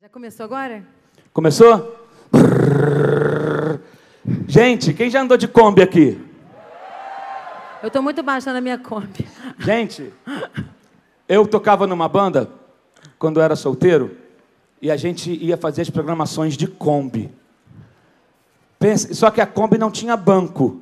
Já começou agora? Começou? Gente, quem já andou de Kombi aqui? Eu tô muito baixa na minha Kombi. Gente, eu tocava numa banda quando eu era solteiro e a gente ia fazer as programações de Kombi. Só que a Kombi não tinha banco.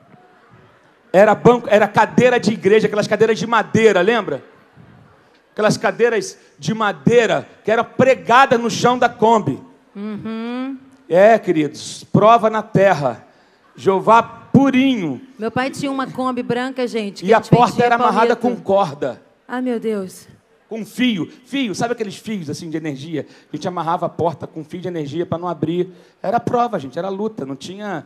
Era cadeira de igreja, aquelas cadeiras de madeira, lembra? Aquelas cadeiras de madeira que eram pregadas no chão da Kombi. Uhum. É, queridos, prova na terra. Jeová purinho. Meu pai tinha uma Kombi branca, gente. E a porta era amarrada com corda. Ah, meu Deus. Com fio. Fio, sabe aqueles fios assim de energia? A gente amarrava a porta com fio de energia para não abrir. Era prova, gente, era luta. Não tinha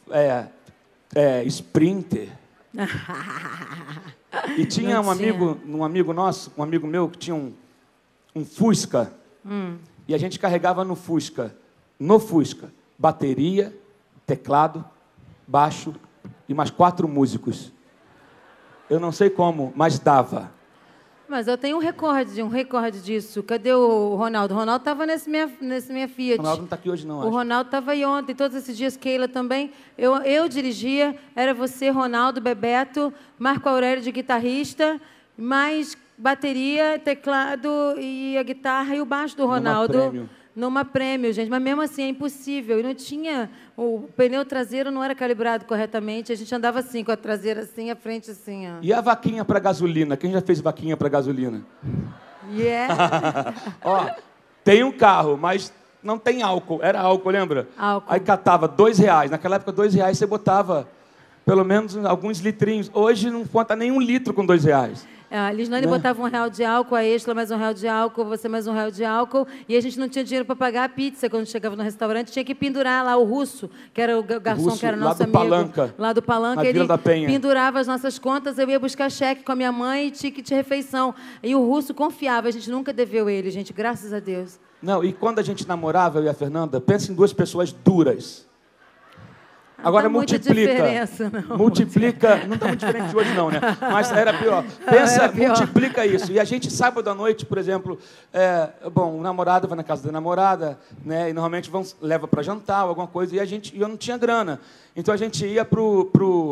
sprinter. E tinha um amigo nosso, um amigo meu, que tinha um Fusca. E a gente carregava no Fusca, bateria, teclado, baixo e mais 4 músicos. Eu não sei como, mas dava. Mas eu tenho um recorde disso. Cadê o Ronaldo? O Ronaldo estava nesse minha Fiat. O Ronaldo não está aqui hoje, não, acho. O Ronaldo estava aí ontem, todos esses dias, Keila também. Eu dirigia, era você, Ronaldo, Bebeto, Marco Aurélio de guitarrista, mais bateria, teclado e a guitarra e o baixo do Ronaldo. Numa prêmio, gente. Mas mesmo assim é impossível. E não tinha... O pneu traseiro não era calibrado corretamente. A gente andava assim, com a traseira assim, a frente assim, ó. E a vaquinha para gasolina? Quem já fez vaquinha para gasolina? Yeah. Ó, tem um carro, mas não tem álcool. Era álcool, lembra? Álcool. Aí catava R$2. Naquela época, R$2 você botava pelo menos alguns litrinhos. Hoje não conta nem 1 litro com R$2. A Lisnane botava R$1 de álcool, a Exla mais R$1 de álcool, você mais R$1 de álcool, e a gente não tinha dinheiro para pagar a pizza quando chegava no restaurante, tinha que pendurar lá o Russo, que era o garçom, que era nosso amigo. Lá do Palanca, ele pendurava as nossas contas, eu ia buscar cheque com a minha mãe e ticket de refeição. E o Russo confiava, a gente nunca deveu ele, gente, graças a Deus. Não, e quando a gente namorava, eu e a Fernanda, pensa em 2 pessoas duras. Agora multiplica. Multiplica. Não está muito diferente de hoje, não, né? Mas era pior. Pensa, multiplica isso. E a gente, sábado à noite, por exemplo, o namorado vai na casa da namorada, né? E normalmente leva para jantar ou alguma coisa, e eu não tinha grana. Então a gente ia pro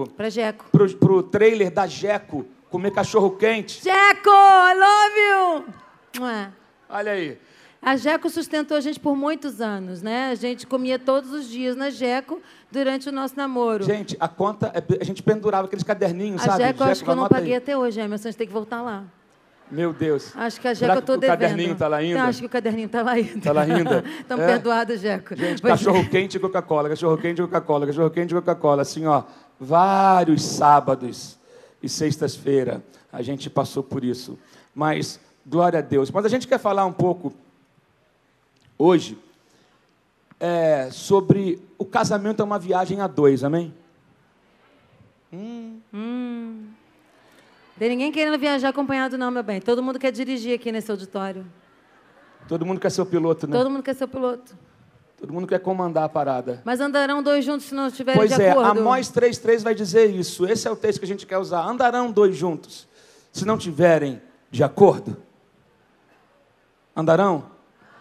trailer da Jeco comer cachorro quente. Jeco, I love you! Olha aí. A Jeco sustentou a gente por muitos anos, né? A gente comia todos os dias na Jeco durante o nosso namoro. Gente, a gente pendurava aqueles caderninhos, sabe? A Jeco, acho que eu não paguei até hoje, Emerson, a gente tem que voltar lá. Meu Deus. Acho que a Jeco eu estou devendo. O caderninho está lá ainda? Não, acho que o caderninho está lá ainda. Está lá ainda? Estamos perdoados, Jeco. Gente, cachorro quente e Coca-Cola, cachorro quente e Coca-Cola, cachorro quente e Coca-Cola. Assim, ó, vários sábados e sextas-feira a gente passou por isso. Mas, glória a Deus. Mas a gente quer falar um pouco hoje sobre o casamento é uma viagem a 2, amém? Tem ninguém querendo viajar acompanhado não, meu bem. Todo mundo quer dirigir aqui nesse auditório. Todo mundo quer ser o piloto, né? Todo mundo quer ser o piloto. Todo mundo quer comandar a parada. Mas andarão 2 juntos se não estiverem de acordo? Pois é, Amós 3:3 vai dizer isso. Esse é o texto que a gente quer usar. Andarão 2 juntos se não tiverem de acordo? Andarão?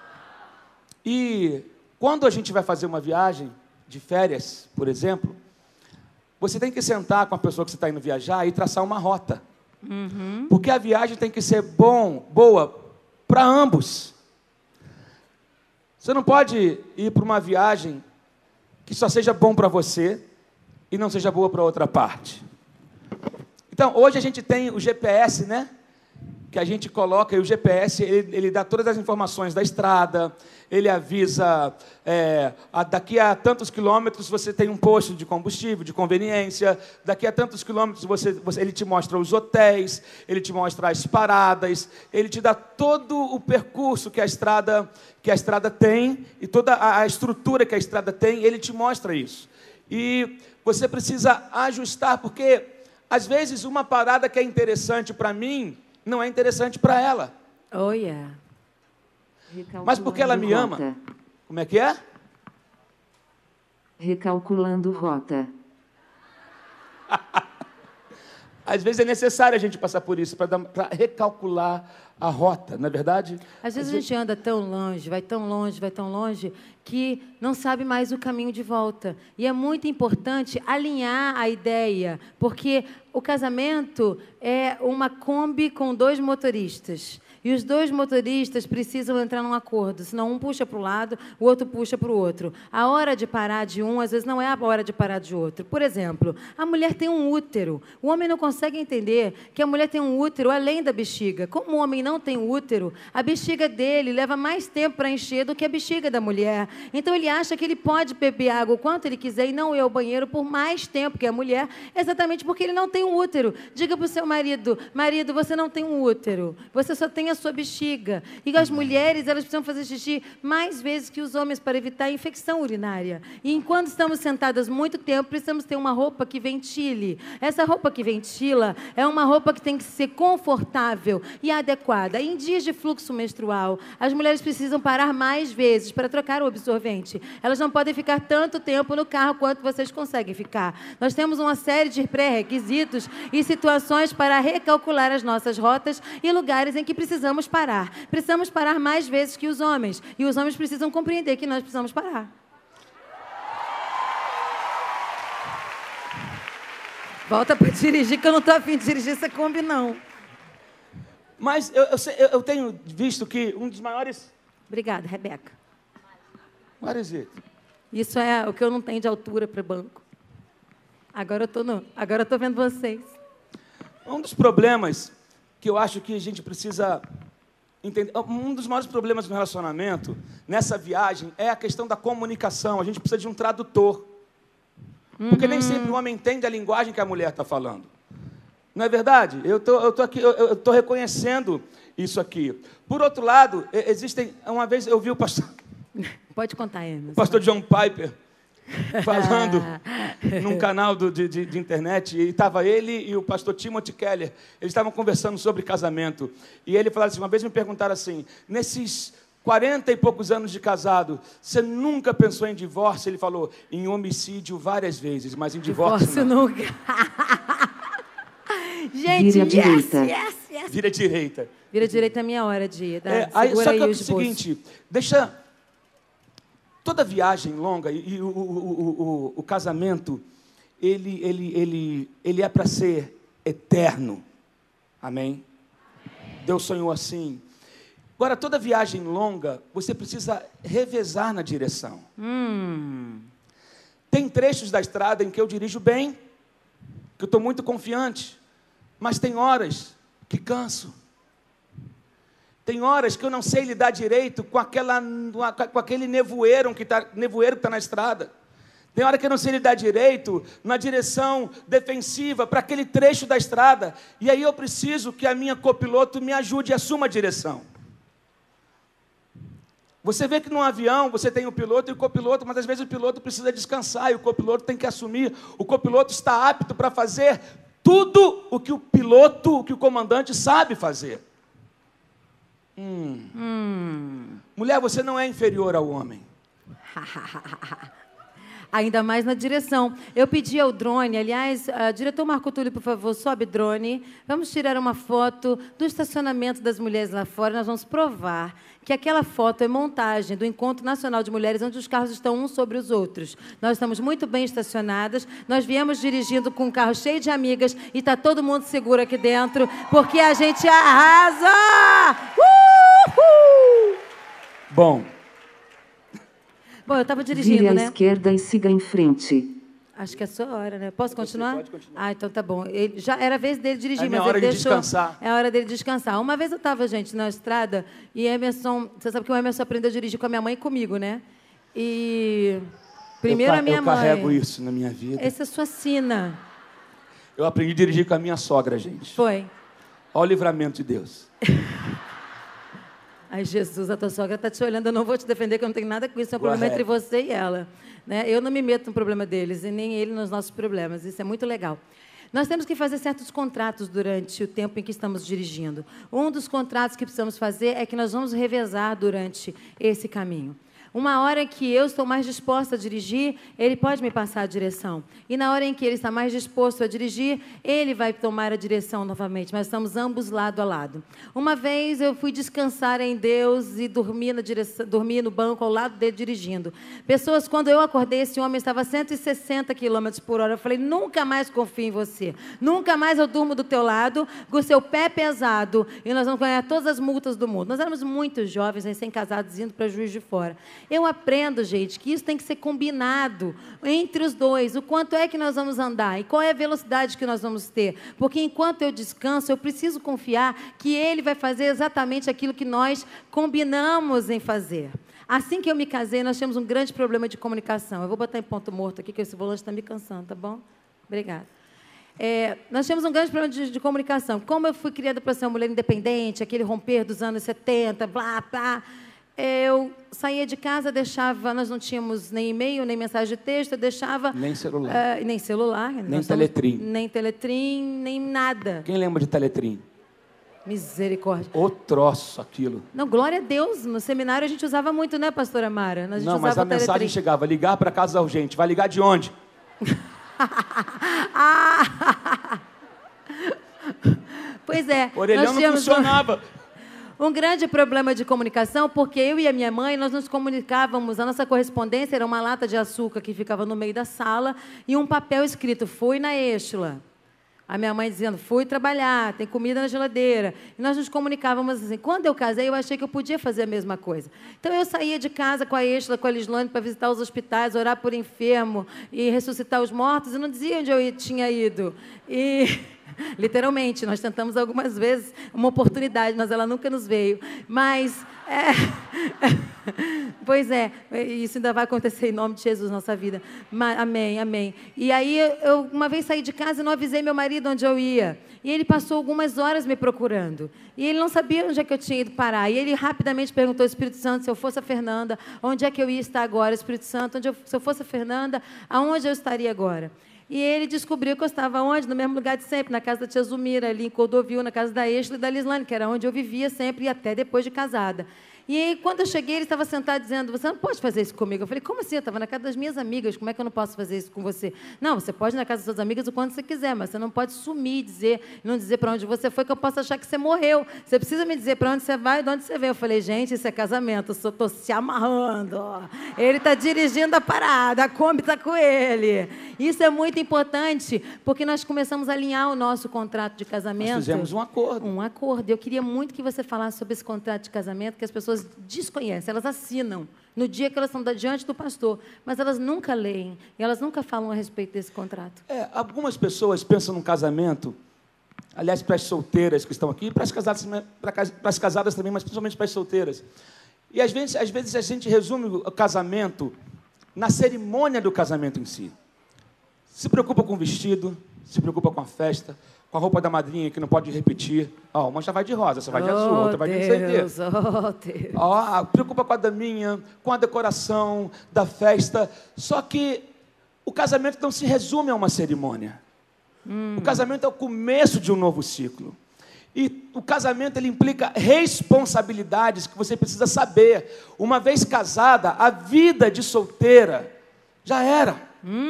E quando a gente vai fazer uma viagem de férias, por exemplo, você tem que sentar com a pessoa que você está indo viajar e traçar uma rota. Porque a viagem tem que ser boa para ambos. Você não pode ir para uma viagem que só seja bom para você e não seja boa para outra parte. Então, hoje a gente tem o GPS, né? Que a gente coloca, e o GPS, ele dá todas as informações da estrada, ele avisa, daqui a tantos quilômetros você tem um posto de combustível, de conveniência, daqui a tantos quilômetros ele te mostra os hotéis, ele te mostra as paradas, ele te dá todo o percurso que a estrada tem, e toda a estrutura que a estrada tem, ele te mostra isso. E você precisa ajustar, porque, às vezes, uma parada que é interessante para mim, não é interessante para ela. Oh, yeah. Mas porque ela me ama. Como é que é? Recalculando rota. Às vezes é necessário a gente passar por isso para recalcular a rota, não é verdade? Às vezes a gente anda tão longe, vai tão longe, vai tão longe, que não sabe mais o caminho de volta. E é muito importante alinhar a ideia, porque o casamento é uma Kombi com 2 motoristas. E os 2 motoristas precisam entrar num acordo, senão um puxa para o lado, o outro puxa para o outro. A hora de parar de um, às vezes, não é a hora de parar de outro. Por exemplo, a mulher tem um útero. O homem não consegue entender que a mulher tem um útero além da bexiga. Como o homem não tem útero, a bexiga dele leva mais tempo para encher do que a bexiga da mulher. Então, ele acha que ele pode beber água o quanto ele quiser e não ir ao banheiro por mais tempo que a mulher, exatamente porque ele não tem um útero. Diga para o seu marido, marido, você não tem um útero, você só tem a sua bexiga. E as mulheres, elas precisam fazer xixi mais vezes que os homens para evitar infecção urinária. E enquanto estamos sentadas muito tempo, precisamos ter uma roupa que ventile. Essa roupa que ventila é uma roupa que tem que ser confortável e adequada. Em dias de fluxo menstrual, as mulheres precisam parar mais vezes para trocar o absorvente. Elas não podem ficar tanto tempo no carro quanto vocês conseguem ficar. Nós temos uma série de pré-requisitos e situações para recalcular as nossas rotas e lugares em que precisamos parar. Precisamos parar mais vezes que os homens. E os homens precisam compreender que nós precisamos parar. Volta para dirigir, que eu não estou a fim de dirigir essa Kombi, não. Mas eu tenho visto que um dos maiores... Obrigada, Rebeca. What is it? Isso é o que eu não tenho de altura para banco. Agora eu estou vendo vocês. Um dos problemas que eu acho que a gente precisa entender... Um dos maiores problemas no relacionamento, nessa viagem, é a questão da comunicação. A gente precisa de um tradutor. Porque nem sempre o homem entende a linguagem que a mulher está falando. Não é verdade? Eu estou reconhecendo isso aqui. Por outro lado, existem... Uma vez eu vi o pastor... Pode contar, Emerson. O pastor John Piper falando num canal de internet, e estava ele e o pastor Timothy Keller, eles estavam conversando sobre casamento, e ele falava assim, uma vez me perguntaram assim, nesses 40 e poucos anos de casado, você nunca pensou em divórcio? Ele falou, em homicídio várias vezes, mas em divórcio não. Nunca. Gente, Vira direita. Yes. Vira direita. Vira direita é a minha hora de ir. Só que é o seguinte, toda viagem longa e o casamento, ele é para ser eterno. Amém? Deus sonhou assim. Agora, toda viagem longa, você precisa revezar na direção. Tem trechos da estrada em que eu dirijo bem, que eu estou muito confiante, mas tem horas que canso. Tem horas que eu não sei lidar direito com aquele nevoeiro que está na estrada. Tem hora que eu não sei lidar direito na direção defensiva para aquele trecho da estrada. E aí eu preciso que a minha copiloto me ajude e assuma a direção. Você vê que num avião você tem o piloto e o copiloto, mas às vezes o piloto precisa descansar e o copiloto tem que assumir. O copiloto está apto para fazer tudo o que o comandante sabe fazer. Mulher, você não é inferior ao homem. Ainda mais na direção. Eu pedi ao drone, aliás, diretor Marco Túlio, por favor, sobe drone. Vamos tirar uma foto do estacionamento das mulheres lá fora. Nós vamos provar que aquela foto é montagem do Encontro Nacional de Mulheres, onde os carros estão uns sobre os outros. Nós estamos muito bem estacionadas, nós viemos dirigindo com um carro cheio de amigas e está todo mundo seguro aqui dentro, porque a gente arrasa! Uhul! Bom, eu estava dirigindo, Vire à né? esquerda e siga em frente. Acho que é a sua hora, né? Posso continuar? pode continuar. Então tá bom. Ele, já era a vez dele dirigir, É minha mas hora ele de deixou... descansar. É a hora dele descansar. Uma vez eu estava, gente, na estrada, e Emerson... Você sabe que o Emerson aprendeu a dirigir com a minha mãe e comigo, né? E... Primeiro a minha mãe... Eu carrego isso na minha vida. Essa é a sua sina. Eu aprendi a dirigir com a minha sogra, gente. Foi. Olha o livramento de Deus. Ai, Jesus, a tua sogra está te olhando, eu não vou te defender, que eu não tenho nada com isso, é um problema entre você e ela. Né? Eu não me meto no problema deles, e nem ele nos nossos problemas, isso é muito legal. Nós temos que fazer certos contratos durante o tempo em que estamos dirigindo. Um dos contratos que precisamos fazer é que nós vamos revezar durante esse caminho. Uma hora que eu estou mais disposta a dirigir, ele pode me passar a direção. E na hora em que ele está mais disposto a dirigir, ele vai tomar a direção novamente. Mas estamos ambos lado a lado. Uma vez eu fui descansar em Deus e dormi no banco ao lado dele dirigindo. Pessoas, quando eu acordei, esse homem estava a 160 km por hora. Eu falei, nunca mais confio em você. Nunca mais eu durmo do teu lado, com o seu pé pesado. E nós vamos ganhar todas as multas do mundo. Nós éramos muito jovens, recém-casados, indo para Juiz de Fora. Eu aprendo, gente, que isso tem que ser combinado entre os dois. O quanto é que nós vamos andar e qual é a velocidade que nós vamos ter. Porque enquanto eu descanso, eu preciso confiar que ele vai fazer exatamente aquilo que nós combinamos em fazer. Assim que eu me casei, nós tínhamos um grande problema de comunicação. Eu vou botar em ponto morto aqui, que esse volante está me cansando, tá bom? Obrigada. Nós tínhamos um grande problema de comunicação. Como eu fui criada para ser uma mulher independente, aquele romper dos anos 70, blá, blá, eu saía de casa, deixava... Nós não tínhamos nem e-mail, nem mensagem de texto, eu deixava... Nem celular. Nem celular. Nem teletrim. Nem teletrim, nem nada. Quem lembra de teletrim? Misericórdia. O troço, aquilo. Não, glória a Deus. No seminário a gente usava muito, né, pastora Mara? Não, mas a mensagem chegava, ligar para casa urgente. Vai ligar de onde? Pois é. O orelhão não funcionava. Um grande problema de comunicação, porque eu e a minha mãe, nós nos comunicávamos, a nossa correspondência era uma lata de açúcar que ficava no meio da sala e um papel escrito, fui na Estila. A minha mãe dizendo, fui trabalhar, tem comida na geladeira. E nós nos comunicávamos assim. Quando eu casei, eu achei que eu podia fazer a mesma coisa. Então, eu saía de casa com a Estila, com a Lislane, para visitar os hospitais, orar por enfermo e ressuscitar os mortos, e não dizia onde eu tinha ido. E... literalmente, nós tentamos algumas vezes uma oportunidade, mas ela nunca nos veio. Mas, pois é, isso ainda vai acontecer em nome de Jesus na nossa vida. Amém, amém. E aí, eu uma vez saí de casa e não avisei meu marido onde eu ia. E ele passou algumas horas me procurando. E ele não sabia onde é que eu tinha ido parar. E ele rapidamente perguntou ao Espírito Santo, se eu fosse a Fernanda, onde é que eu ia estar agora? Espírito Santo, se eu fosse a Fernanda, aonde eu estaria agora? E ele descobriu que eu estava onde? No mesmo lugar de sempre, na casa da tia Zumira, ali em Cordovil, na casa da Estila e da Lislane, que era onde eu vivia sempre e até depois de casada. E aí, quando eu cheguei, ele estava sentado dizendo, você não pode fazer isso comigo. Eu falei, como assim? Eu estava na casa das minhas amigas, como é que eu não posso fazer isso com você? Não, você pode ir na casa das suas amigas o quanto você quiser, mas você não pode sumir, não dizer para onde você foi, que eu posso achar que você morreu. Você precisa me dizer para onde você vai e de onde você veio. Eu falei, gente, isso é casamento, eu estou se amarrando. Ele está dirigindo a parada, a Kombi está com ele. Isso é muito importante, porque nós começamos a alinhar o nosso contrato de casamento. Nós fizemos um acordo. Um acordo. Eu queria muito que você falasse sobre esse contrato de casamento, que as pessoas desconhecem, elas assinam no dia que elas estão diante do pastor, mas elas nunca leem e elas nunca falam a respeito desse contrato. Algumas pessoas pensam num casamento, aliás, para as solteiras que estão aqui, para as casadas também, mas principalmente para as solteiras. E às vezes a gente resume o casamento na cerimônia do casamento em si. Se preocupa com o vestido, se preocupa com a festa, com a roupa da madrinha, que não pode repetir. Uma já vai de rosa, essa vai de azul, outra vai de não sei o quê. Preocupa com a daminha, com a decoração da festa. Só que o casamento não se resume a uma cerimônia. O casamento é o começo de um novo ciclo. E o casamento, ele implica responsabilidades que você precisa saber. Uma vez casada, a vida de solteira já era.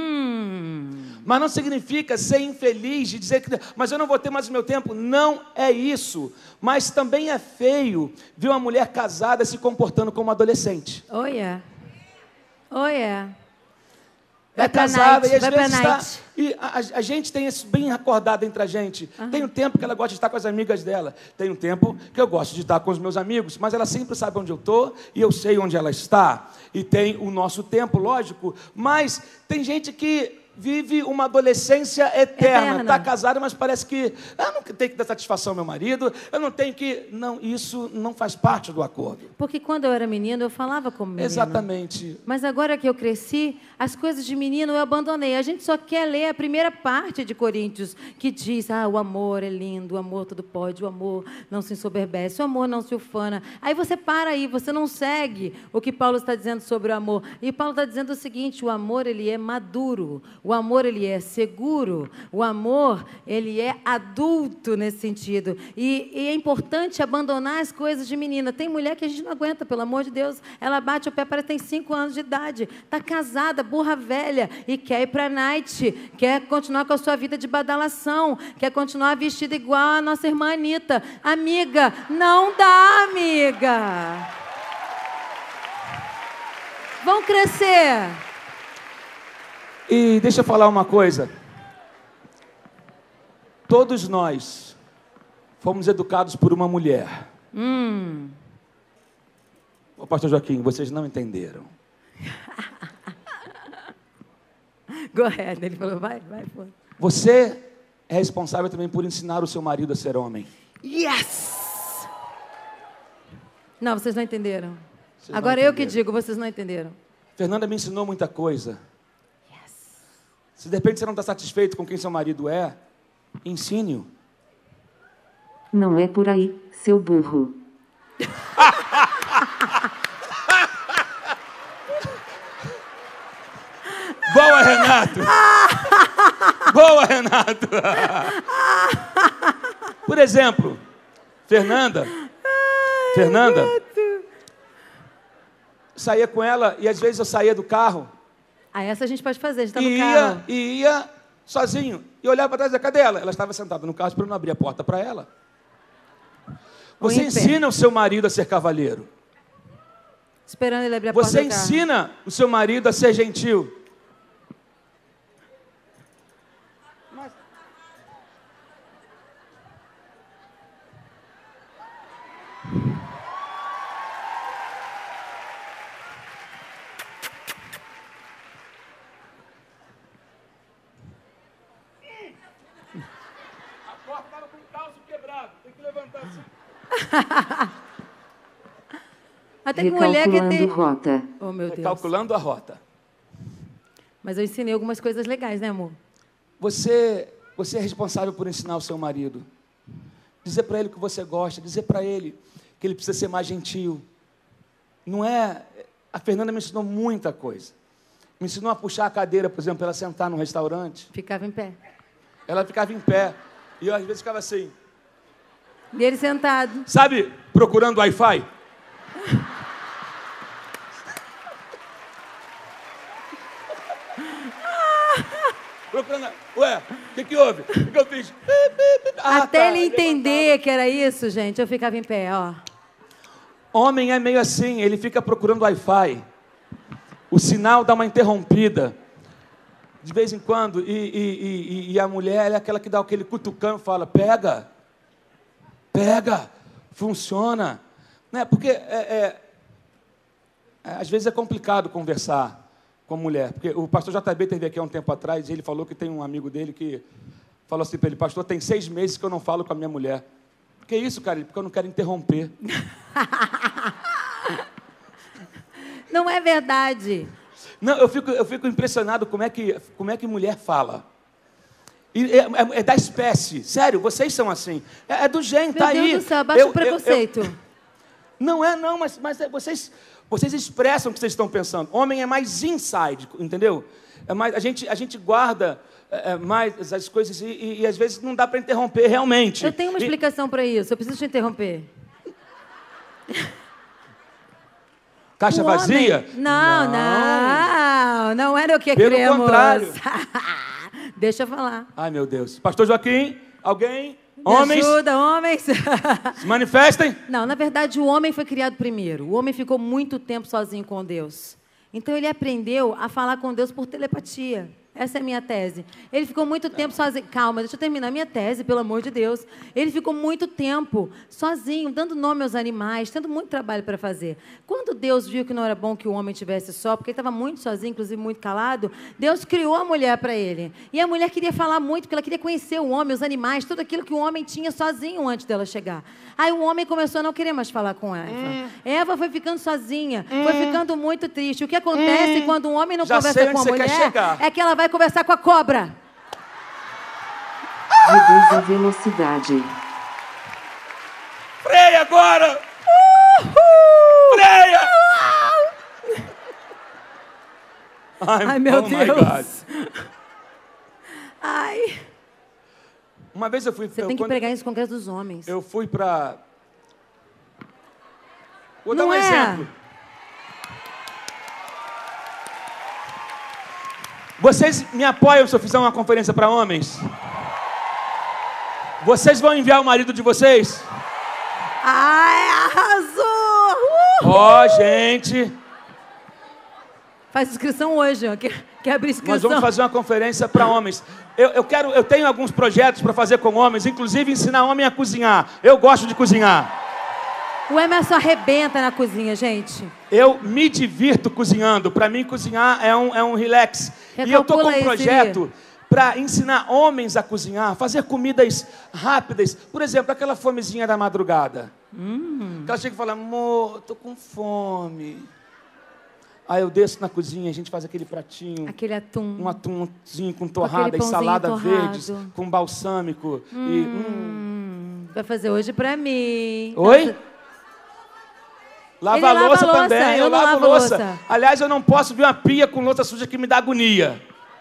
Mas não significa ser infeliz de dizer que mas eu não vou ter mais o meu tempo. Não é isso. Mas também é feio ver uma mulher casada se comportando como adolescente. Oh, yeah. Oh, yeah. É casada e às vezes está... E a gente tem isso bem acordado entre a gente. Tem um tempo que ela gosta de estar com as amigas dela. Tem um tempo que eu gosto de estar com os meus amigos. Mas ela sempre sabe onde eu estou e eu sei onde ela está. E tem o nosso tempo, lógico. Mas tem gente que vive uma adolescência eterna. Está casada, mas parece que eu não tenho que dar satisfação ao meu marido, eu não tenho que... Não, isso não faz parte do acordo. Porque quando eu era menina, eu falava como menina. Exatamente. Mas agora que eu cresci, as coisas de menino eu abandonei. A gente só quer ler a primeira parte de Coríntios, que diz, o amor é lindo, o amor tudo pode, o amor não se ensoberbece, o amor não se ufana. Aí você para aí, você não segue o que Paulo está dizendo sobre o amor. E Paulo está dizendo o seguinte, o amor, ele é maduro. O amor, ele é seguro. O amor, ele é adulto nesse sentido. E é importante abandonar as coisas de menina. Tem mulher que a gente não aguenta, pelo amor de Deus. Ela bate o pé, parece que tem 5 anos de idade. Está casada, burra velha, e quer ir para a night. Quer continuar com a sua vida de badalação. Quer continuar vestida igual a nossa irmã Anitta. Amiga, não dá, amiga. Vão crescer. E deixa eu falar uma coisa. Todos nós fomos educados por uma mulher. Ô, pastor Joaquim, vocês não entenderam. Go ahead. Ele falou, vai, pô. Você é responsável também por ensinar o seu marido a ser homem. Yes! Não, vocês não entenderam. Vocês Agora não eu que entenderam. digo, vocês não entenderam. Fernanda me ensinou muita coisa. Yes. Se de repente você não está satisfeito com quem seu marido é, ensine-o. Não é por aí, seu burro. Boa, Renato! Boa, Renato! Por exemplo, Fernanda, saía com ela e às vezes eu saía do carro Ah, essa a gente pode fazer, a gente tá e no carro. ia sozinho. E olhava para trás e cadê ela? Ela estava sentada no carro esperando eu abrir a porta para ela. Ou Você em pé. ensina o seu marido a ser cavalheiro. Esperando ele abrir a porta Você do carro. ensina o seu marido a ser gentil. A porta estava com o calço quebrado. Tem que levantar assim. Até que mulher que Recalculando tem... rota. Oh, meu Deus. Calculando a rota. Mas eu ensinei algumas coisas legais, né, amor? Você é responsável por ensinar o seu marido. Dizer para ele o que você gosta, dizer para ele que ele precisa ser mais gentil. Não é... A Fernanda me ensinou muita coisa. Me ensinou a puxar a cadeira, por exemplo, para ela sentar num restaurante. Ficava em pé. Ela ficava em pé. E eu, às vezes, ficava assim. E ele sentado. Sabe, procurando Wi-Fi? Procurando... Ué, o que houve? O que eu fiz? Até ele tá, entender que era isso, gente, eu ficava em pé, ó. Homem é meio assim, ele fica procurando Wi-Fi. O sinal dá uma interrompida. De vez em quando, e a mulher é aquela que dá aquele cutucão e fala, pega, funciona. Né? Porque às vezes é complicado conversar com mulher. Porque o pastor JB esteve aqui há um tempo atrás e ele falou que tem um amigo dele que falou assim para ele, pastor, tem 6 meses que eu não falo com a minha mulher. Que isso, cara? Porque eu não quero interromper. Não é verdade. Não, eu fico impressionado como é que mulher fala. E é da espécie. Sério, vocês são assim. É do gênio, Meu tá Deus aí. do céu, baixa o preconceito. Não, mas vocês expressam o que vocês estão pensando. Homem é mais inside, entendeu? É mais, a gente guarda mais as coisas e às vezes não dá para interromper realmente. Eu tenho uma explicação para isso, eu preciso te interromper. Caixa O vazia? homem... Não era o que Pelo queremos. contrário. Deixa eu falar. Ai, meu Deus. Pastor Joaquim, alguém? Me Homens, ajuda, homens. se manifestem. Não, na verdade, o homem foi criado primeiro. O homem ficou muito tempo sozinho com Deus. Então, ele aprendeu a falar com Deus por telepatia. Essa é a minha tese. Ele ficou muito tempo sozinho. Calma, deixa eu terminar a minha tese, pelo amor de Deus. Ele ficou muito tempo sozinho, dando nome aos animais, tendo muito trabalho para fazer. Quando Deus viu que não era bom que o homem estivesse só, porque ele estava muito sozinho, inclusive muito calado, Deus criou a mulher para ele. E a mulher queria falar muito, porque ela queria conhecer o homem, os animais, tudo aquilo que o homem tinha sozinho antes dela chegar. Aí o homem começou a não querer mais falar com Eva. Eva foi ficando sozinha, foi ficando muito triste. O que acontece quando um homem não Já conversa sei com a onde você quer mulher chegar. é que ela vai conversar com a cobra. Reduz a velocidade. Freia agora! Freia! Ai, meu my Deus. God. Uma vez eu fui... Você tem que pregar isso no Congresso dos Homens. Eu fui para... Vou dar Não um é? exemplo. Vocês me apoiam se eu fizer uma conferência para homens? Vocês vão enviar o marido de vocês? Ai, arrasou! Ó, gente... Faz inscrição hoje, ó. Quer abrir inscrição? Nós vamos fazer uma conferência para homens. Eu tenho alguns projetos para fazer com homens, inclusive ensinar homem a cozinhar. Eu gosto de cozinhar. O Emerson arrebenta na cozinha, gente. Eu me divirto cozinhando. Para mim, cozinhar é um relax. E eu estou com um projeto para ensinar homens a cozinhar, fazer comidas rápidas. Por exemplo, aquela fomezinha da madrugada. Que ela chega e fala, amor, estou com fome. Aí eu desço na cozinha, a gente faz aquele pratinho. Aquele atum. Um atumzinho com torrada e salada verde, com balsâmico. Vai fazer hoje pra mim. Oi? Lava a louça também, eu lavo louça. Aliás, eu não posso ver uma pia com louça suja que me dá agonia.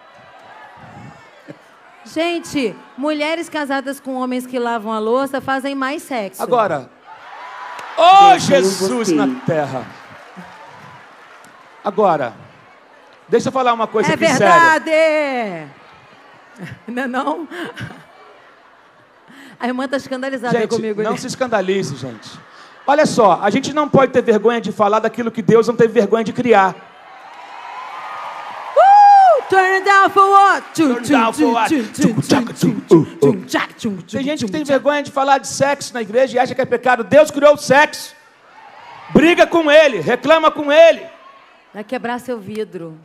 Gente, mulheres casadas com homens que lavam a louça fazem mais sexo. Agora, ô Jesus na terra. Agora, deixa eu falar uma coisa aqui séria. É verdade! Não, não? A irmã está escandalizada gente, comigo. Não se escandalize, gente. Olha só, a gente não pode ter vergonha de falar daquilo que Deus não teve vergonha de criar. Turn it down for what? Turn down for what? Tem gente que tem vergonha de falar de sexo na igreja e acha que é pecado. Deus criou o sexo. Briga com ele, reclama com ele. Vai quebrar seu vidro.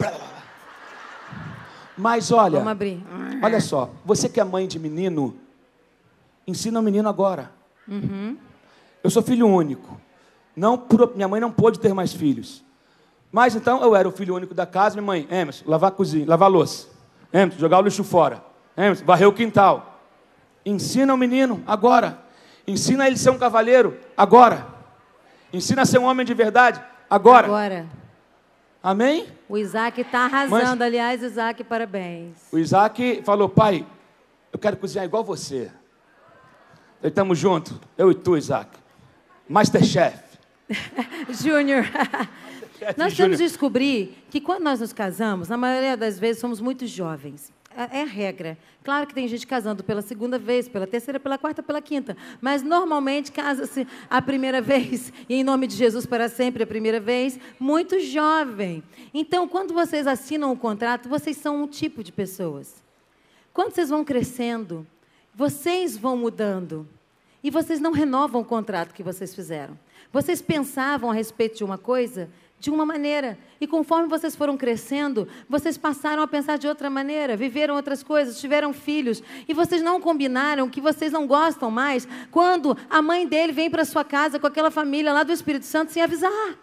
Mas olha, vamos abrir. Olha só, você que é mãe de menino, ensina o menino agora. Eu sou filho único. Minha mãe não pôde ter mais filhos. Mas então eu era o filho único da casa. Minha mãe, Emerson, lavar a cozinha, lavar a louça. Emerson, jogar o lixo fora. Emerson, varrer o quintal. Ensina o menino agora. Ensina ele a ser um cavalheiro agora. Ensina a ser um homem de verdade agora. Agora. Amém? O Isaac está arrasando. Aliás, Isaac, parabéns. O Isaac falou, pai, eu quero cozinhar igual você. Estamos juntos, eu e tu, Isaac. Masterchef. Júnior. Nós temos de descobrir que quando nós nos casamos, na maioria das vezes, somos muito jovens. É a regra. Claro que tem gente casando pela segunda vez, pela terceira, pela quarta, pela quinta. Mas, normalmente, casa-se a primeira vez, e em nome de Jesus para sempre a primeira vez, muito jovem. Então, quando vocês assinam um contrato, vocês são um tipo de pessoas. Quando vocês vão crescendo, vocês vão mudando. E vocês não renovam o contrato que vocês fizeram. Vocês pensavam a respeito de uma coisa de uma maneira. E conforme vocês foram crescendo, vocês passaram a pensar de outra maneira, viveram outras coisas, tiveram filhos. E vocês não combinaram que vocês não gostam mais quando a mãe dele vem para sua casa com aquela família lá do Espírito Santo sem avisar.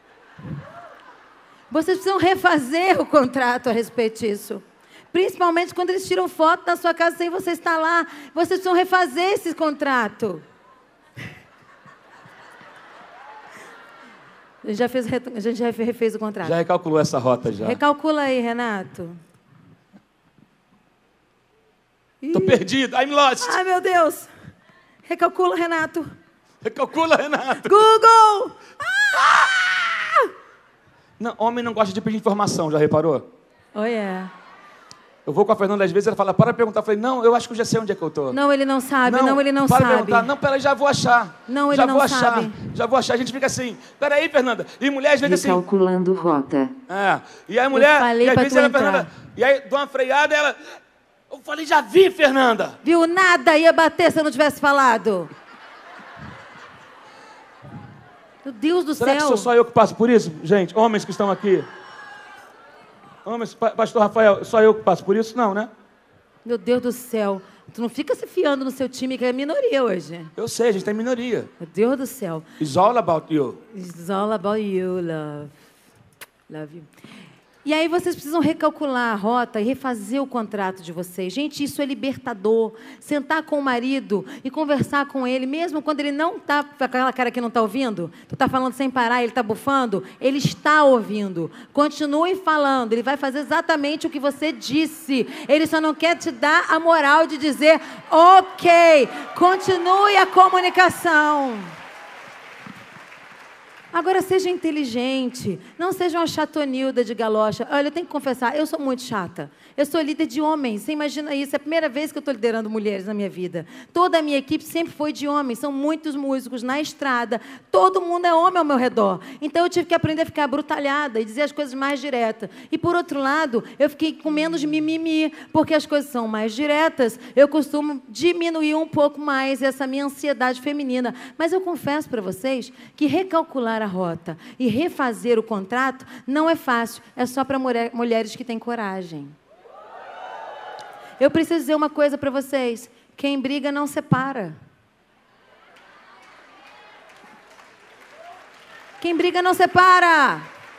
Vocês precisam refazer o contrato a respeito disso. Principalmente quando eles tiram foto da sua casa sem você estar lá. Vocês precisam refazer esse contrato. A gente já refez o contrato. Já recalculou essa rota, já. Recalcula aí, Renato. Tô perdido, I'm lost. Ai, meu Deus. Recalcula, Renato. Recalcula, Renato. Google! Não, homem não gosta de pedir informação, já reparou? Oh, yeah. Eu vou com a Fernanda, às vezes ela fala, para perguntar. Eu falei, não, eu acho que eu já sei onde é que eu tô. Não, ele não sabe, não, ele não sabe. Perguntar. Não, peraí, já vou achar. Não, ele já não vou sabe. achar. Já vou achar. A gente fica assim, peraí, Fernanda. E mulher às vezes assim... Recalculando rota. É. E aí a mulher... falei e às pra vezes tu ela, entrar. Fernanda... E aí, dou uma freada, ela... Eu falei, já vi, Fernanda. Viu? Nada ia bater se eu não tivesse falado. Meu Deus do Será céu. que sou só eu que passo por isso? Gente, homens que estão aqui. Homens, pastor Rafael, só eu que passo por isso? Não, né? Meu Deus do céu. Tu não fica se fiando no seu time, que é minoria hoje. Eu sei, a gente tem minoria. Meu Deus do céu. It's all about you. It's all about you, love. Love you. E aí vocês precisam recalcular a rota e refazer o contrato de vocês. Gente, isso é libertador. Sentar com o marido e conversar com ele, mesmo quando ele não está com aquela cara que não está ouvindo, tu está falando sem parar, ele está bufando, ele está ouvindo. Continue falando, ele vai fazer exatamente o que você disse. Ele só não quer te dar a moral de dizer, ok, continue a comunicação. Agora, seja inteligente, não seja uma chatonilda de galocha. Olha, eu tenho que confessar, eu sou muito chata. Eu sou líder de homens, você imagina isso? É a primeira vez que eu estou liderando mulheres na minha vida. Toda a minha equipe sempre foi de homens, são muitos músicos na estrada. Todo mundo é homem ao meu redor. Então, eu tive que aprender a ficar brutalhada e dizer as coisas mais diretas. E, por outro lado, eu fiquei com menos mimimi, porque as coisas são mais diretas. Eu costumo diminuir um pouco mais essa minha ansiedade feminina. Mas eu confesso para vocês que recalcular a rota e refazer o contrato não é fácil, é só para mulheres que têm coragem. Eu preciso dizer uma coisa para vocês, quem briga não separa. Quem briga não separa.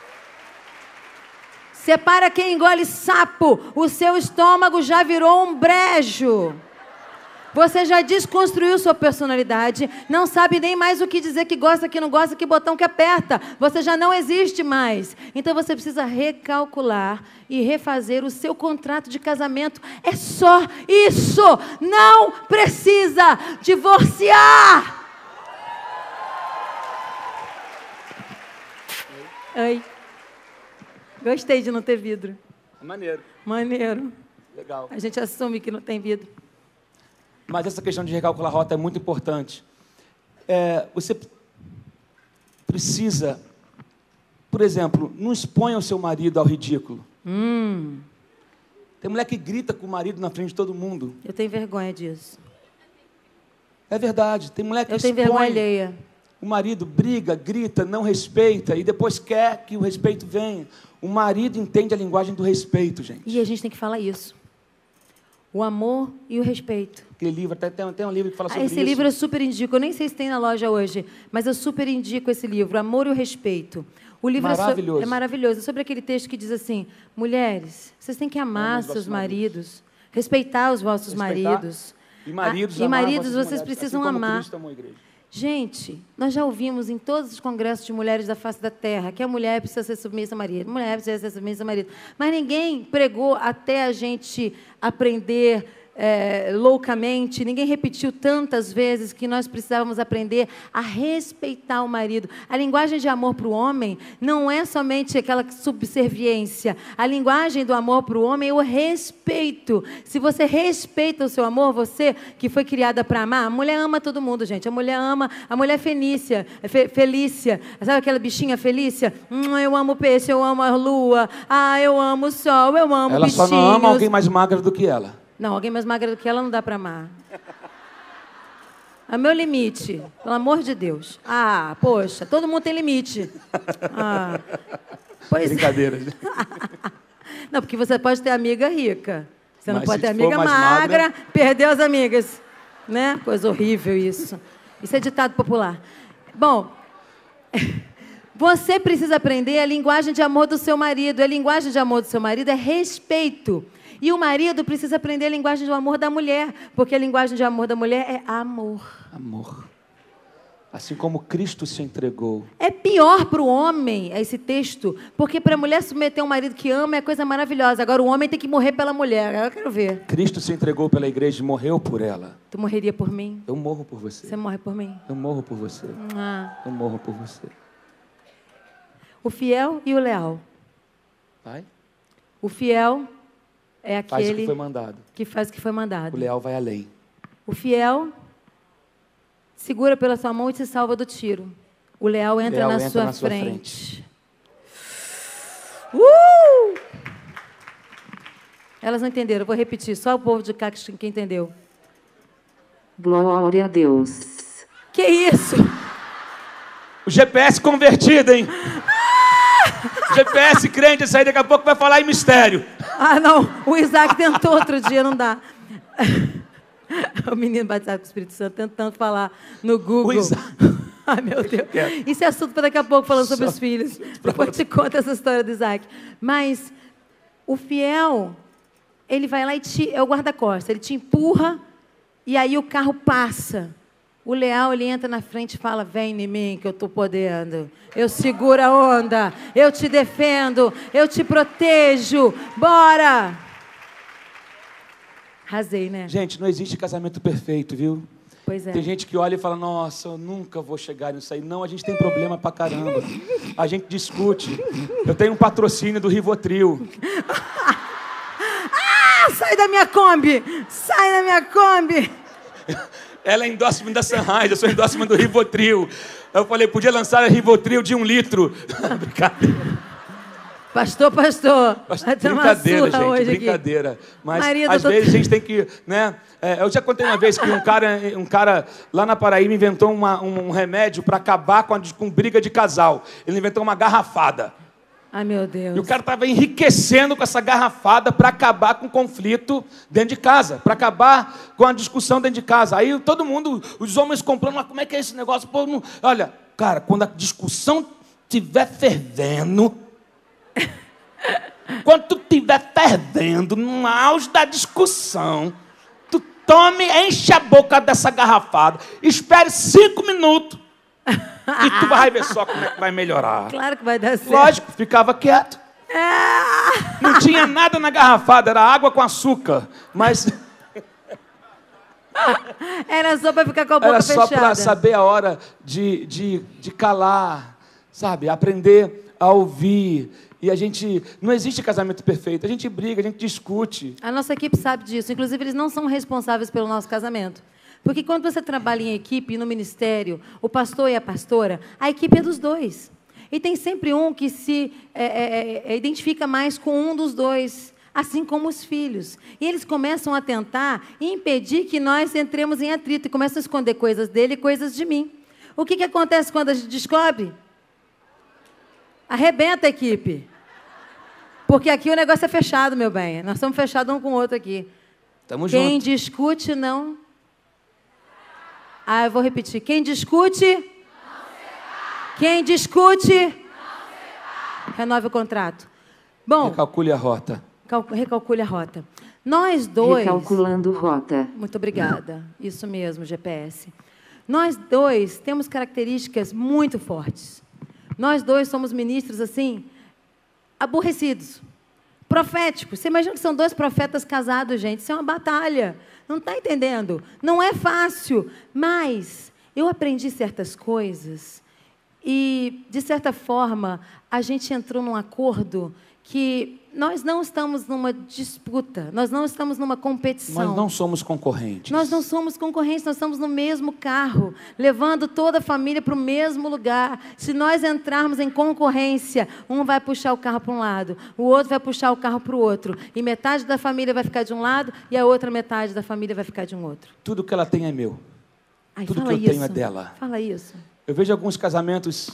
Separa quem engole sapo, o seu estômago já virou um brejo. Você já desconstruiu sua personalidade, não sabe nem mais o que dizer, que gosta, que não gosta, que botão que aperta. Você já não existe mais. Então você precisa recalcular e refazer o seu contrato de casamento. É só isso. Não precisa divorciar. Oi. Gostei de não ter vidro. Maneiro. Maneiro. Legal. A gente assume que não tem vidro. Mas essa questão de recalcular a rota é muito importante. Você precisa, por exemplo, não exponha o seu marido ao ridículo. Tem mulher que grita com o marido na frente de todo mundo. Eu tenho vergonha disso. É verdade. Tem mulher que eu tenho vergonha alheia. O marido briga, grita, não respeita e depois quer que o respeito venha. O marido entende a linguagem do respeito, gente. E a gente tem que falar isso. O amor e o respeito. Aquele livro, tem um livro que fala sobre isso. Esse livro eu super indico. Eu nem sei se tem na loja hoje, mas eu super indico esse livro, Amor e o Respeito. O livro maravilhoso. É maravilhoso. É sobre aquele texto que diz assim, mulheres, vocês têm que amar seus maridos, respeitar os vossos maridos. E maridos, vocês precisam assim como amar. Cristo amou a igreja. Gente, nós já ouvimos em todos os congressos de mulheres da face da terra que a mulher precisa ser submissa ao marido, a mulher precisa ser submissa ao marido. Mas ninguém pregou até a gente aprender loucamente, ninguém repetiu tantas vezes que nós precisávamos aprender a respeitar o marido. A linguagem de amor para o homem não é somente aquela subserviência. A linguagem do amor para o homem é o respeito. Se você respeita o seu amor, você que foi criada para amar, a mulher ama todo mundo, gente. A mulher ama, a mulher Felícia, sabe aquela bichinha Felícia? Eu amo o peixe, eu amo a lua, eu amo o sol, eu amo ela bichinhos. Ela só não ama alguém mais magro do que ela. Não, alguém mais magra do que ela não dá para amar. É meu limite, pelo amor de Deus. Poxa, todo mundo tem limite. Pois brincadeira. Não, porque você pode ter amiga rica. Você não pode ter amiga magra, perdeu as amigas. Né? Coisa horrível isso. Isso é ditado popular. Bom, você precisa aprender a linguagem de amor do seu marido. A linguagem de amor do seu marido é respeito. E o marido precisa aprender a linguagem de amor da mulher, porque a linguagem de amor da mulher é amor. Amor. Assim como Cristo se entregou. É pior para o homem esse texto, porque para a mulher submeter um marido que ama é coisa maravilhosa. Agora o homem tem que morrer pela mulher. Eu quero ver. Cristo se entregou pela igreja e morreu por ela. Tu morreria por mim? Eu morro por você. Você morre por mim? Eu morro por você. Eu morro por você. O fiel e o leal. Vai? O fiel é aquele faz o que foi mandado. Que faz o que foi mandado. O leal vai além. O fiel segura pela sua mão e te salva do tiro. O leal entra na sua frente. Elas não entenderam, eu vou repetir. Só o povo de cá que entendeu. Glória a Deus. Que isso? O GPS convertido, hein? GPS crente, isso aí daqui a pouco vai falar em mistério. Não. O Isaac tentou outro dia, não dá. O menino batizado com o Espírito Santo tentando falar no Google. Ai, meu Deus. Isso é assunto para daqui a pouco, falando sobre os filhos. Depois te conta essa história do Isaac. Mas o fiel, ele vai lá e é o guarda-costas. Ele te empurra e aí o carro passa. O leal, ele entra na frente e fala, vem em mim que eu estou podendo. Eu seguro a onda, eu te defendo, eu te protejo. Bora! Arrasei, né? Gente, não existe casamento perfeito, viu? Pois é. Tem gente que olha e fala, nossa, eu nunca vou chegar nisso aí. Não, a gente tem problema pra caramba. A gente discute. Eu tenho um patrocínio do Rivotril. Sai da minha Kombi! Sai da minha Kombi! Ela é endorsement da Sunrise, eu sou endorsement do Rivotril. Eu falei, podia lançar a Rivotril de 1 litro. Brincadeira. Pastor. Brincadeira, gente, brincadeira. Aqui. Mas, Maria, às vezes, a gente tem que... né? Eu já contei uma vez que um cara lá na Paraíba inventou um remédio para acabar com briga de casal. Ele inventou uma garrafada. Ai, meu Deus. E o cara estava enriquecendo com essa garrafada para acabar com o conflito dentro de casa, para acabar com a discussão dentro de casa. Aí todo mundo, os homens comprando, mas como é que é esse negócio? Pô, não... Olha, cara, quando a discussão estiver fervendo, quando tu estiver fervendo, no auge da discussão, tu enche a boca dessa garrafada, espere 5 minutos, e tu vai ver só como é que vai melhorar. Claro que vai dar certo. Lógico, ficava quieto. Não tinha nada na garrafada, era água com açúcar. Mas... era só para ficar com a boca fechada. Era só para saber a hora de calar, sabe? Aprender a ouvir. E a gente... Não existe casamento perfeito. A gente briga, a gente discute. A nossa equipe sabe disso. Inclusive, eles não são responsáveis pelo nosso casamento. Porque quando você trabalha em equipe, no ministério, o pastor e a pastora, a equipe é dos dois. E tem sempre um que se identifica mais com um dos dois, assim como os filhos. E eles começam a tentar impedir que nós entremos em atrito e começam a esconder coisas dele e coisas de mim. O que acontece quando a gente descobre? Arrebenta a equipe. Porque aqui o negócio é fechado, meu bem. Nós estamos fechados um com o outro aqui. Tamo junto. Quem discute, não... eu vou repetir. Quem discute... não separa. Quem discute... não separa. Renove o contrato. Bom... Recalcule a rota. Recalcule a rota. Nós dois... Recalculando rota. Muito obrigada. Isso mesmo, GPS. Nós dois temos características muito fortes. Nós dois somos ministros, assim, aborrecidos. Proféticos. Você imagina que são 2 profetas casados, gente. Isso é uma batalha. Não está entendendo? Não é fácil. Mas eu aprendi certas coisas e, de certa forma, a gente entrou num acordo que nós não estamos numa disputa, nós não estamos numa competição. Nós não somos concorrentes. Nós não somos concorrentes, nós estamos no mesmo carro, levando toda a família para o mesmo lugar. Se nós entrarmos em concorrência, um vai puxar o carro para um lado, o outro vai puxar o carro para o outro, e metade da família vai ficar de um lado e a outra metade da família vai ficar de um outro. Tudo que ela tem é meu. Ai, tudo que eu tenho é dela. Fala isso. Eu vejo alguns casamentos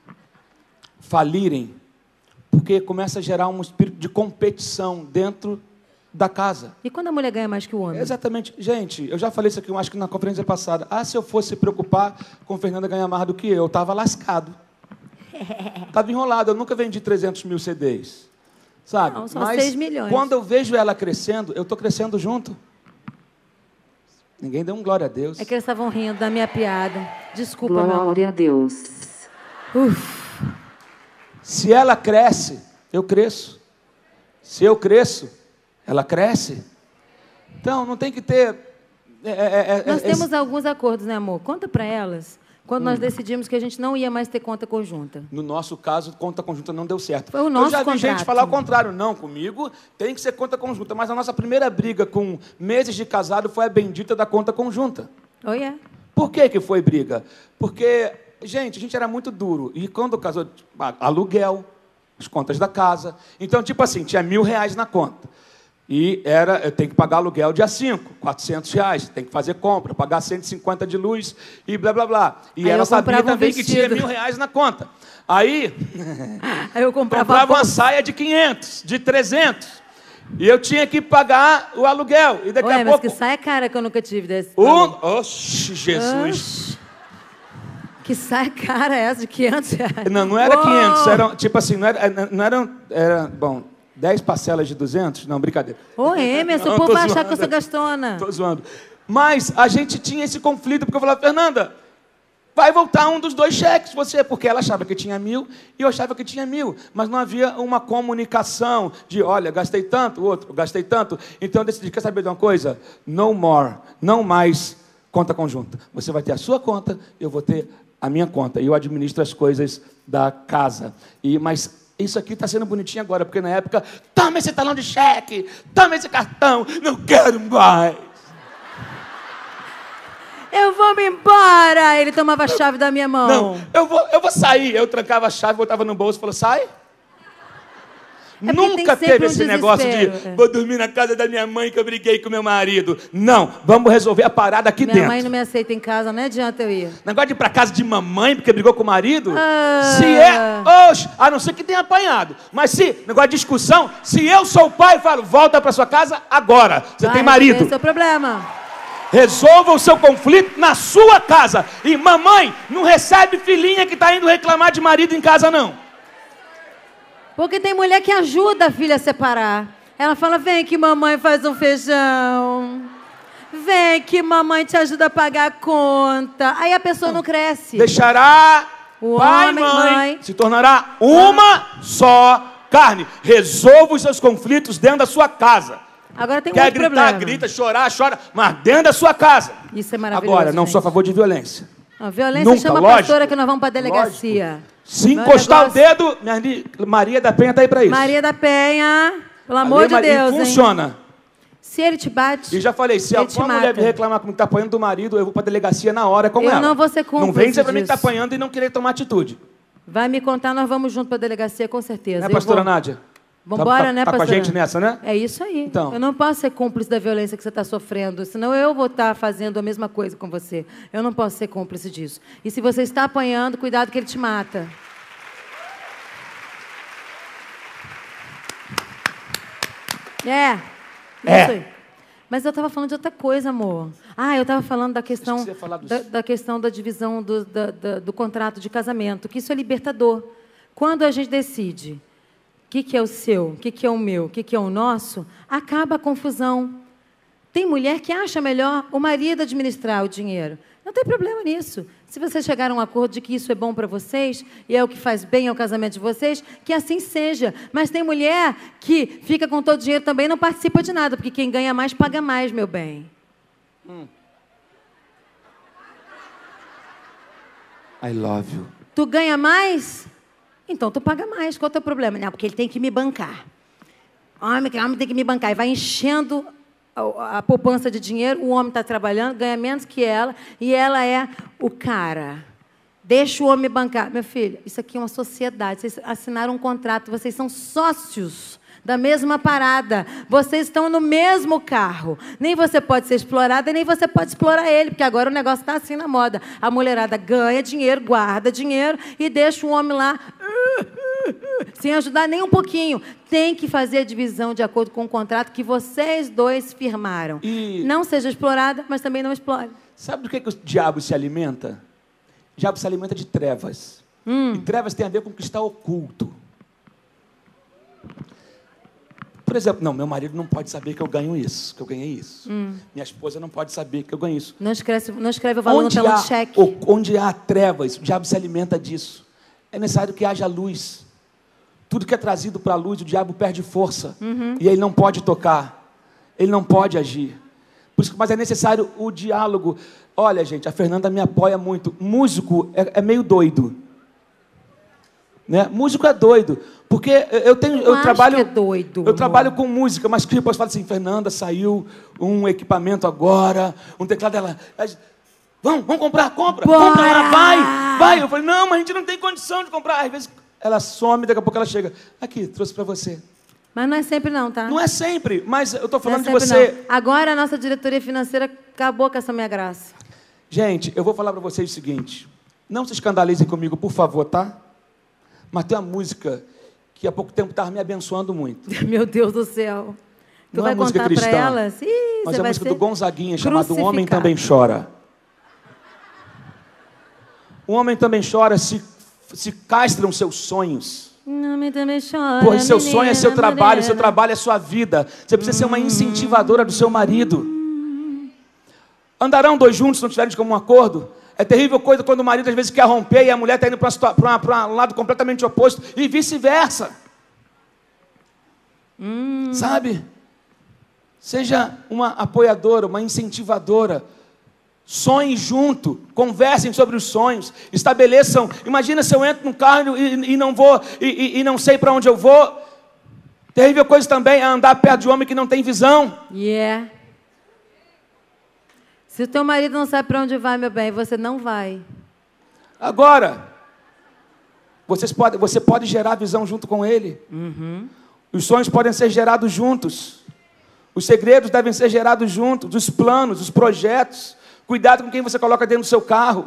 falirem porque começa a gerar um espírito de competição dentro da casa. E quando a mulher ganha mais que o homem? Exatamente. Gente, eu já falei isso aqui, eu acho que na conferência passada. Se eu fosse preocupar com Fernanda ganhar mais do que eu estava lascado. Estava enrolado. Eu nunca vendi 300 mil CDs. Sabe? Não, são mas 6 milhões. Quando eu vejo ela crescendo, eu estou crescendo junto. Ninguém deu um glória a Deus. É que eles estavam rindo da minha piada. Desculpa, meu amor. Glória a Deus. Se ela cresce, eu cresço. Se eu cresço, ela cresce. Então, não tem que ter... Nós temos alguns acordos, né, amor? Conta para elas. Quando nós decidimos que a gente não ia mais ter conta conjunta. No nosso caso, conta conjunta não deu certo. Foi o nosso contrato. Eu já vi gente falar o contrário. Não, comigo tem que ser conta conjunta. Mas a nossa primeira briga com meses de casado foi a bendita da conta conjunta. Oh, yeah. Por que foi briga? Porque... Gente, a gente era muito duro. E quando casou, aluguel, as contas da casa. Então, tipo assim, tinha R$1.000 na conta. E eu tenho que pagar aluguel dia 5, R$400. Tem que fazer compra, pagar 150 de luz e blá, blá, blá. E ela sabia também que tinha R$1.000 na conta. Aí eu comprava uma saia de 500, de 300. E eu tinha que pagar o aluguel. E daqui a pouco... mas que saia cara que eu nunca tive desse. Oxi, Jesus... Que sai cara essa de R$500? Não era Uou! 500, eram, tipo assim, era, bom, 10 parcelas de 200? Não, brincadeira. Ô, Emerson, Não, o povo tô vai achar zoando. que eu sou gastona. Tô zoando. Mas a gente tinha esse conflito, porque eu falava, Fernanda, vai voltar um dos 2 cheques, porque ela achava que tinha 1.000 e eu achava que tinha 1.000, mas não havia uma comunicação de, olha, gastei tanto, o outro, gastei tanto, então eu decidi, quer saber de uma coisa? No more, não mais conta conjunta. Você vai ter a sua conta, eu vou ter a minha conta, e eu administro as coisas da casa. Mas isso aqui está sendo bonitinho agora, porque na época, toma esse talão de cheque, toma esse cartão, não quero mais. Eu vou me embora! Ele tomava a chave da minha mão. Não, eu vou sair. Eu trancava a chave, botava no bolso e falava, sai. porque Nunca tem sempre teve um esse negócio de, desespero, vou dormir na casa da minha mãe que eu briguei com meu marido. Não, vamos resolver a parada aqui Minha dentro. mãe não me aceita em casa, não adianta eu ir. Negócio de ir pra casa de mamãe porque brigou com o marido? Ah. Se oxe, a não ser que tenha apanhado. Mas negócio de discussão, se eu sou o pai, eu falo, volta pra sua casa agora. Você tem marido. Esse é o problema. Resolva o seu conflito na sua casa. E mamãe, não recebe filhinha que está indo reclamar de marido em casa, não. Porque tem mulher que ajuda a filha a separar. Ela fala, vem que mamãe faz um feijão. Vem que mamãe te ajuda a pagar a conta. Aí a pessoa não cresce. Deixará O pai e homem, mãe, mãe. se tornará uma só carne. Resolva os seus conflitos dentro da sua casa. Agora tem um Quer outro gritar, problema. grita, chorar, chora, mas dentro da sua casa. Isso é maravilhoso, Agora, não gente. sou a favor de violência. A violência Nunca, chama a lógico, pastora que nós vamos para a delegacia. Se Meu encostar o negócio- dedo, Maria da Penha está aí para isso. Maria da Penha, pelo amor Ali, de Maria, Deus, hein? funciona. Se ele te bate, E já falei, se ele te alguma mulher mata. vir reclamar comigo que está apanhando do marido, eu vou para a delegacia na hora com Eu ela. não vou ser cúmplice Não vem dizer para mim que está disso. apanhando e não querer tomar atitude. Vai me contar, nós vamos junto para a delegacia, com certeza. Né, Eu pastora vou- Nádia? Vambora, né, Tá com a pastora? gente nessa, né? É isso aí. Então. Eu não posso ser cúmplice da violência que você está sofrendo, senão eu vou estar fazendo a mesma coisa com você. Eu não posso ser cúmplice disso. E se você está apanhando, cuidado que ele te mata. É. Isso aí. Mas eu estava falando de outra coisa, amor. Ah, eu estava falando da questão Acho que você ia falar dos- da questão da divisão do contrato de casamento, que isso é libertador. Quando a gente decide o que é o seu, o que é o meu, o que é o nosso, acaba a confusão. Tem mulher que acha melhor o marido administrar o dinheiro. Não tem problema nisso. Se vocês chegaram a um acordo de que isso é bom para vocês e é o que faz bem ao casamento de vocês, que assim seja. Mas tem mulher que fica com todo o dinheiro também e não participa de nada, porque quem ganha mais paga mais, meu bem. I love you. Tu ganha mais? Então tu paga mais. Qual é o teu problema? Não, porque ele tem que me bancar. Homem tem que me bancar. E vai enchendo a poupança de dinheiro, o homem está trabalhando, ganha menos que ela, e ela é o cara. Deixa o homem bancar. Meu filho, isso aqui é uma sociedade. Vocês assinaram um contrato, vocês são sócios da mesma parada. Vocês estão no mesmo carro. Nem você pode ser explorada, nem você pode explorar ele, porque agora o negócio está assim na moda. A mulherada ganha dinheiro, guarda dinheiro e deixa o homem lá sem ajudar nem um pouquinho. Tem que fazer a divisão de acordo com o contrato que vocês dois firmaram. Não seja explorada, mas também não explore. Sabe do que o diabo se alimenta? O diabo se alimenta de trevas. E trevas tem a ver com o que está oculto. Por exemplo, não, meu marido não pode saber que eu ganho isso, que eu ganhei isso. Minha esposa não pode saber que eu ganho isso. Não escreve o valor no talão de cheque. Onde há trevas, o diabo se alimenta disso. É necessário que haja luz. Tudo que é trazido para a luz, o diabo perde força. E ele não pode tocar. Ele não pode agir. Mas é necessário o diálogo. Olha, gente, a Fernanda me apoia muito. Músico é meio doido. Né? Músico é doido. Porque eu trabalho. Que é doido, eu trabalho com música, mas que depois fala assim, Fernanda, saiu um equipamento agora, um teclado dela. Vamos comprar, compra. Bora! Compra lá, vai. Eu falei, não, mas a gente não tem condição de comprar. Às vezes ela some, daqui a pouco ela chega. Aqui, trouxe para você. Mas não é sempre não, tá? Não é sempre, mas eu estou falando de Não é você. sempre, não. Agora a nossa diretoria financeira acabou com essa minha graça. Gente, eu vou falar para vocês o seguinte. Não se escandalizem comigo, por favor, tá? Mas tem uma música que há pouco tempo estava me abençoando muito. Meu Deus do céu. Tu Não vai é música contar para cristã, elas? Ih, mas você é a vai música ser do Gonzaguinha, chamada Um Homem crucificado. Também Chora. O homem também chora se castram seus sonhos. O homem também chora. Pois seu sonho é seu trabalho, seu trabalho é sua vida. Você precisa ser uma incentivadora do seu marido. Andarão dois juntos se não tiverem de comum acordo? É terrível coisa quando o marido às vezes quer romper e a mulher está indo para um lado completamente oposto e vice-versa. Sabe? Seja uma apoiadora, uma incentivadora. Sonhem junto, conversem sobre os sonhos, estabeleçam. Imagina se eu entro no carro e não vou, e não sei para onde eu vou. Terrível coisa também é andar perto de um homem que não tem visão. Yeah. Se o teu marido não sabe para onde vai, meu bem, você não vai. Agora, você pode gerar visão junto com ele. Os sonhos podem ser gerados juntos. Os segredos devem ser gerados juntos. Os planos, os projetos. Cuidado com quem você coloca dentro do seu carro.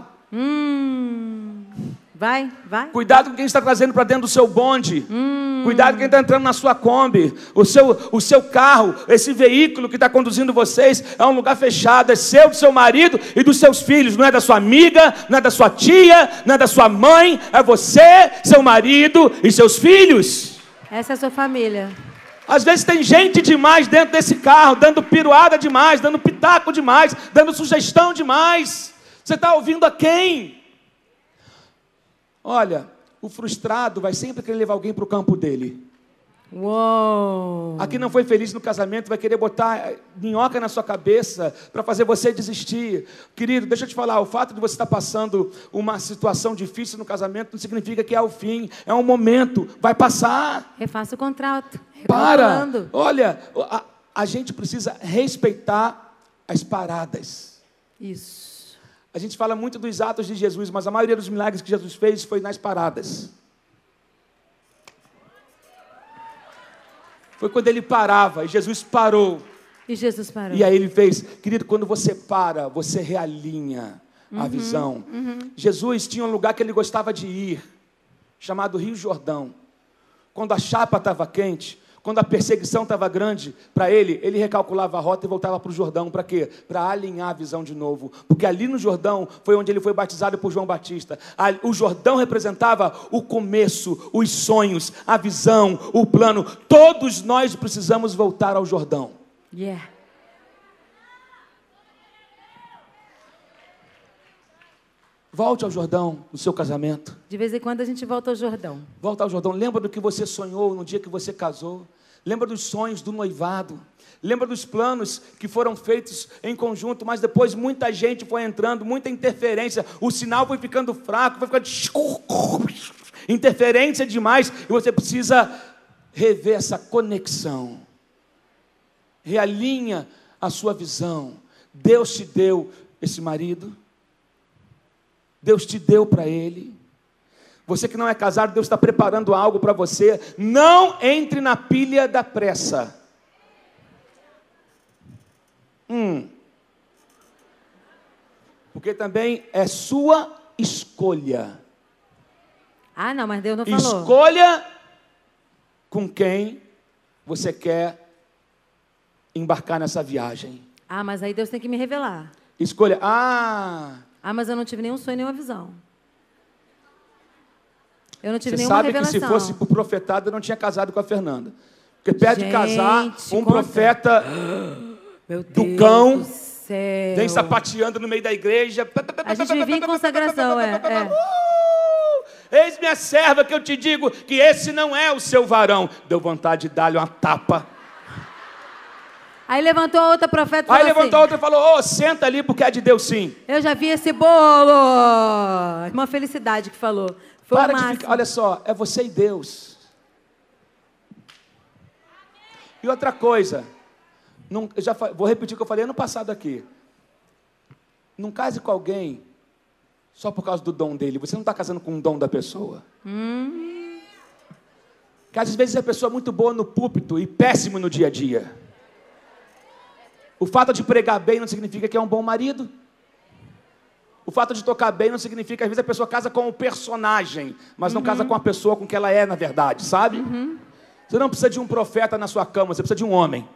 Vai. Cuidado com quem está trazendo para dentro do seu bonde. Cuidado com quem está entrando na sua Kombi. O seu carro, esse veículo que está conduzindo vocês, é um lugar fechado. É seu, do seu marido e dos seus filhos. Não é da sua amiga, não é da sua tia, não é da sua mãe. É você, seu marido e seus filhos. Essa é a sua família. Às vezes tem gente demais dentro desse carro, dando piruada demais, dando pitaco demais, dando sugestão demais. Você está ouvindo a quem? Olha, o frustrado vai sempre querer levar alguém para o campo dele. Uou! A quem não foi feliz no casamento vai querer botar minhoca na sua cabeça para fazer você desistir. Querido, deixa eu te falar, o fato de você estar passando uma situação difícil no casamento não significa que é o fim, é um momento, vai passar. Refaça o contrato. Para! Olha, a gente precisa respeitar as paradas. Isso. A gente fala muito dos atos de Jesus, mas a maioria dos milagres que Jesus fez foi nas paradas. Foi quando ele parava e Jesus parou. E aí ele fez, querido, quando você para, você realinha a visão. Jesus tinha um lugar que ele gostava de ir, chamado Rio Jordão. Quando a chapa estava quente, quando a perseguição estava grande para ele recalculava a rota e voltava para o Jordão. Para quê? Para alinhar a visão de novo. Porque ali no Jordão foi onde ele foi batizado por João Batista. O Jordão representava o começo, os sonhos, a visão, o plano. Todos nós precisamos voltar ao Jordão. Yeah. Volte ao Jordão no seu casamento. De vez em quando a gente volta ao Jordão. Volta ao Jordão. Lembra do que você sonhou no dia que você casou. Lembra dos sonhos do noivado. Lembra dos planos que foram feitos em conjunto, mas depois muita gente foi entrando, muita interferência. O sinal foi ficando fraco, foi ficando... interferência demais. E você precisa rever essa conexão. Realinha a sua visão. Deus te deu esse marido. Deus te deu para ele. Você que não é casado, Deus está preparando algo para você. Não entre na pilha da pressa. Porque também é sua escolha. Ah, não, mas Deus não falou. Escolha com quem você quer embarcar nessa viagem. Ah, mas aí Deus tem que me revelar. Escolha. Ah, mas eu não tive nenhum sonho, nenhuma visão. Eu não tive nenhuma revelação. Você sabe que se fosse por profetado, eu não tinha casado com a Fernanda. Porque perto de casar, profeta do cão vem sapateando no meio da igreja. A gente vivia em consagração, Eis minha serva que eu te digo que esse não é o seu varão. Deu vontade de dar-lhe uma tapa. Aí levantou a outra profeta e falou Aí levantou a outra e falou, senta ali porque é de Deus sim. Eu já vi esse bolo. Uma felicidade que falou. Foi Para de ficar, olha só, é você e Deus. E outra coisa, vou repetir o que eu falei ano passado aqui. Não case com alguém só por causa do dom dele. Você não está casando com o dom da pessoa. Porque às vezes a pessoa é muito boa no púlpito e péssimo no dia a dia. O fato de pregar bem não significa que é um bom marido. O fato de tocar bem não significa que às vezes a pessoa casa com o personagem, mas não casa com a pessoa com que ela é na verdade, sabe? Você não precisa de um profeta na sua cama, você precisa de um homem.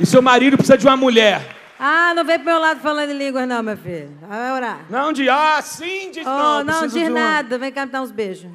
E seu marido precisa de uma mulher. Ah, não vem pro meu lado falando em línguas, não, meu filho. Vai orar. Não sim, diz Oh, não. não Preciso diz de uma. nada. Vem cá me dar uns beijos.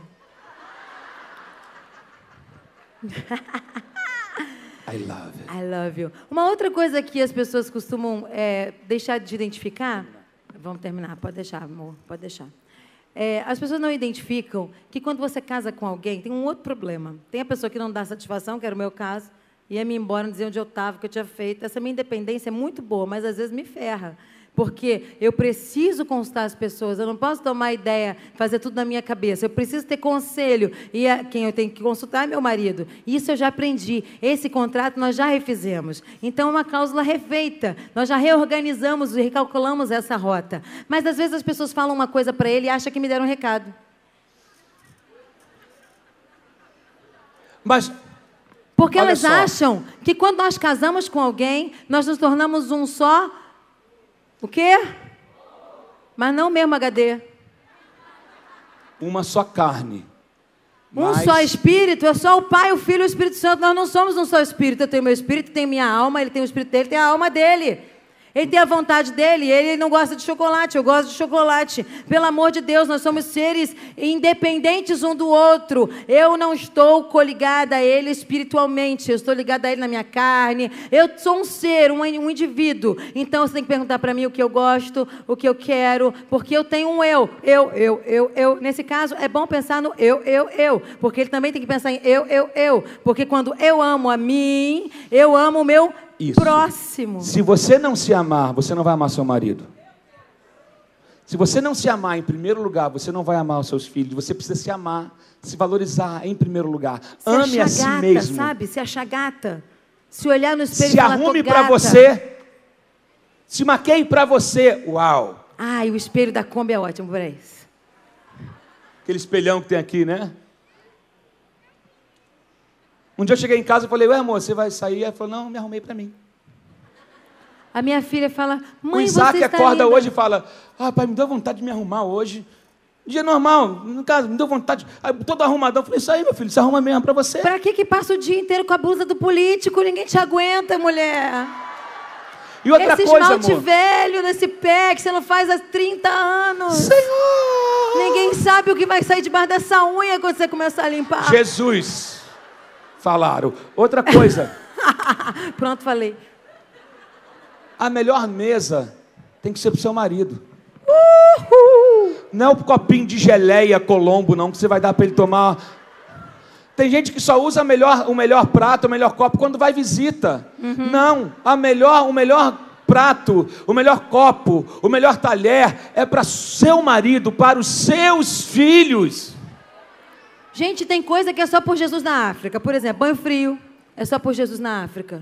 I love it. I love you. Uma outra coisa que as pessoas costumam deixar de identificar... Vamos terminar. Pode deixar, amor. Pode deixar. As pessoas não identificam que quando você casa com alguém, tem um outro problema. Tem a pessoa que não dá satisfação, que era o meu caso, ia me embora, não dizia onde eu estava, o que eu tinha feito. Essa minha independência é muito boa, mas às vezes me ferra. Porque eu preciso consultar as pessoas, eu não posso tomar ideia, fazer tudo na minha cabeça. Eu preciso ter conselho. E quem eu tenho que consultar é meu marido. Isso eu já aprendi. Esse contrato nós já refizemos. Então, é uma cláusula refeita. Nós já reorganizamos e recalculamos essa rota. Mas, às vezes, as pessoas falam uma coisa para ele e acham que me deram um recado. Mas... Porque olha elas só. acham que quando nós casamos com alguém, nós nos tornamos um só... O quê? Mas não mesmo HD. Uma só carne. Um só espírito, é só o Pai, o Filho e o Espírito Santo. Nós não somos um só espírito. Eu tenho meu espírito, tenho minha alma, ele tem o espírito dele, tem a alma dele. Ele tem a vontade dele, ele não gosta de chocolate, eu gosto de chocolate. Pelo amor de Deus, nós somos seres independentes um do outro. Eu não estou coligada a ele espiritualmente, eu estou ligada a ele na minha carne. Eu sou um ser, um indivíduo. Então, você tem que perguntar para mim o que eu gosto, o que eu quero, porque eu tenho um eu. Eu. Nesse caso, é bom pensar no eu. Porque ele também tem que pensar em eu. Porque quando eu amo a mim, eu amo o meu isso. Próximo. Se você não se amar, você não vai amar seu marido. Se você não se amar em primeiro lugar, você não vai amar os seus filhos. Você precisa se amar, se valorizar em primeiro lugar. Ame a si gata, mesmo. Sabe? Se achar gata. Se olhar no espelho se e falar, arrume para você. Se maqueie para você. Uau. Ai, o espelho da Kombi é ótimo para isso. Aquele espelhão que tem aqui, né? Um dia eu cheguei em casa e falei, ué, amor, você vai sair? Ela falou, não, me arrumei para mim. A minha filha fala, mãe, o Isaac você está acorda linda. hoje e fala, pai, me deu vontade de me arrumar hoje. Dia normal, no caso, me deu vontade. Aí, todo arrumadão. Eu falei, isso aí, meu filho, você arruma mesmo para você. Para que passa o dia inteiro com a blusa do político? Ninguém te aguenta, mulher. E outra esse coisa, esmalte amor. velho nesse pé que você não faz há 30 anos. Senhor! Ninguém sabe o que vai sair debaixo dessa unha quando você começar a limpar. Jesus. Falaram. Outra coisa. Pronto, falei. A melhor mesa tem que ser pro seu marido. Uhul. Não é o copinho de geleia Colombo, não, que você vai dar para ele tomar. Tem gente que só usa o melhor prato, o melhor copo quando vai visita. Uhum. Não, o melhor prato, o melhor copo, o melhor talher é para seu marido, para os seus filhos. Gente, tem coisa que é só por Jesus na África. Por exemplo, banho frio é só por Jesus na África.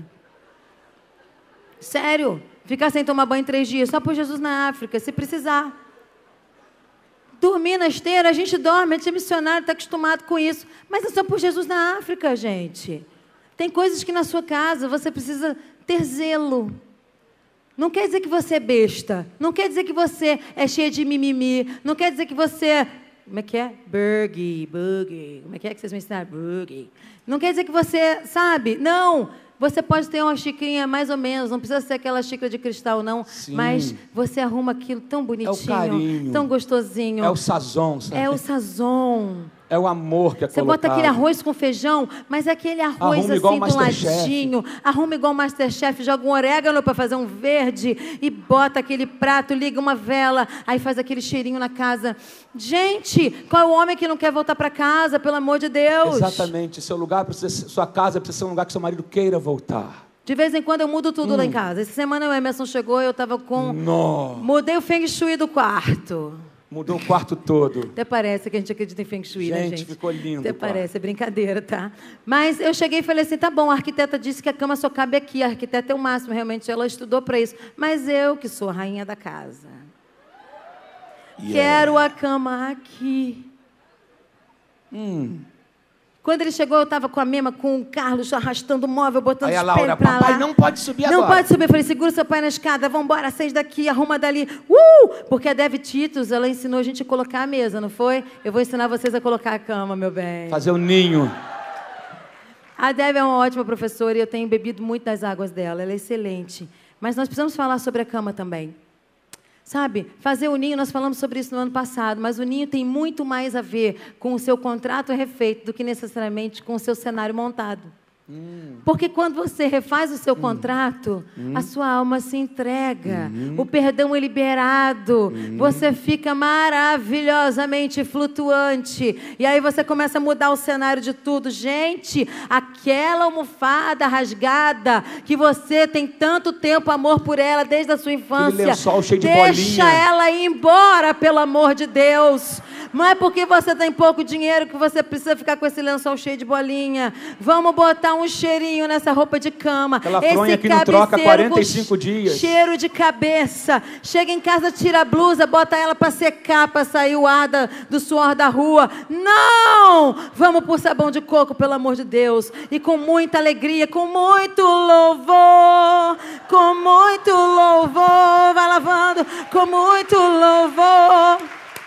Sério, ficar sem tomar banho 3 dias, só por Jesus na África, se precisar. Dormir na esteira, a gente dorme, a gente é missionário, está acostumado com isso. Mas é só por Jesus na África, gente. Tem coisas que na sua casa você precisa ter zelo. Não quer dizer que você é besta. Não quer dizer que você é cheia de mimimi. Não quer dizer que você... Como é que é? Boogie. Como é que vocês me ensinaram? Boogie. Não quer dizer que você, sabe? Não. Você pode ter uma xicrinha mais ou menos. Não precisa ser aquela xícara de cristal, não. Sim. Mas você arruma aquilo tão bonitinho. É o carinho. Tão gostosinho. É o sazon, sabe? É o sazon. É o amor que é Você colocado. bota aquele arroz com feijão, mas é aquele arroz Arruma igual assim, do Masterchef. ladinho. Arruma igual o Masterchef, joga um orégano para fazer um verde e bota aquele prato, liga uma vela, aí faz aquele cheirinho na casa. Gente, qual é o homem que não quer voltar para casa, pelo amor de Deus? Exatamente. Seu lugar precisa, sua casa precisa ser um lugar que seu marido queira voltar. De vez em quando eu mudo tudo lá em casa. Essa semana o Emerson chegou e eu estava com... Não. Mudei o Feng Shui do quarto. Mudou o quarto todo. Até parece que a gente acredita em Feng Shui, né, gente? Ficou lindo. Até parece, é brincadeira, tá? Mas eu cheguei e falei assim, tá bom, a arquiteta disse que a cama só cabe aqui. A arquiteta é o máximo, realmente, ela estudou para isso. Mas eu, que sou a rainha da casa, quero a cama aqui. Quando ele chegou, eu estava com a mesma, com o Carlos arrastando o móvel, botando aí a espelho Laura, pra lá. papai não pode subir não agora. Não pode subir. Eu falei, segura seu pai na escada, vamos embora, acende daqui, arruma dali. Porque a Dev Titus, ela ensinou a gente a colocar a mesa, não foi? Eu vou ensinar vocês a colocar a cama, meu bem. Fazer o ninho. A Débora é uma ótima professora e eu tenho bebido muito das águas dela. Ela é excelente. Mas nós precisamos falar sobre a cama também. Sabe, fazer o ninho, nós falamos sobre isso no ano passado, mas o ninho tem muito mais a ver com o seu contrato refeito do que necessariamente com o seu cenário montado. Porque quando você refaz o seu contrato, a sua alma se entrega, o perdão é liberado, você fica maravilhosamente flutuante, e aí você começa a mudar o cenário de tudo. Gente, aquela almofada rasgada, que você tem tanto tempo amor por ela, desde a sua infância, lençol cheio de deixa bolinha. ela ir embora, pelo amor de Deus. Não é porque você tem pouco dinheiro que você precisa ficar com esse lençol cheio de bolinha. Vamos botar um cheirinho nessa roupa de cama. Aquela fronha que não troca 45 dias. Cheiro de cabeça. Chega em casa, tira a blusa, bota ela para secar, para sair o ar do suor da rua. Não! Vamos por sabão de coco, pelo amor de Deus. E com muita alegria, com muito louvor. Com muito louvor. Vai lavando com muito louvor.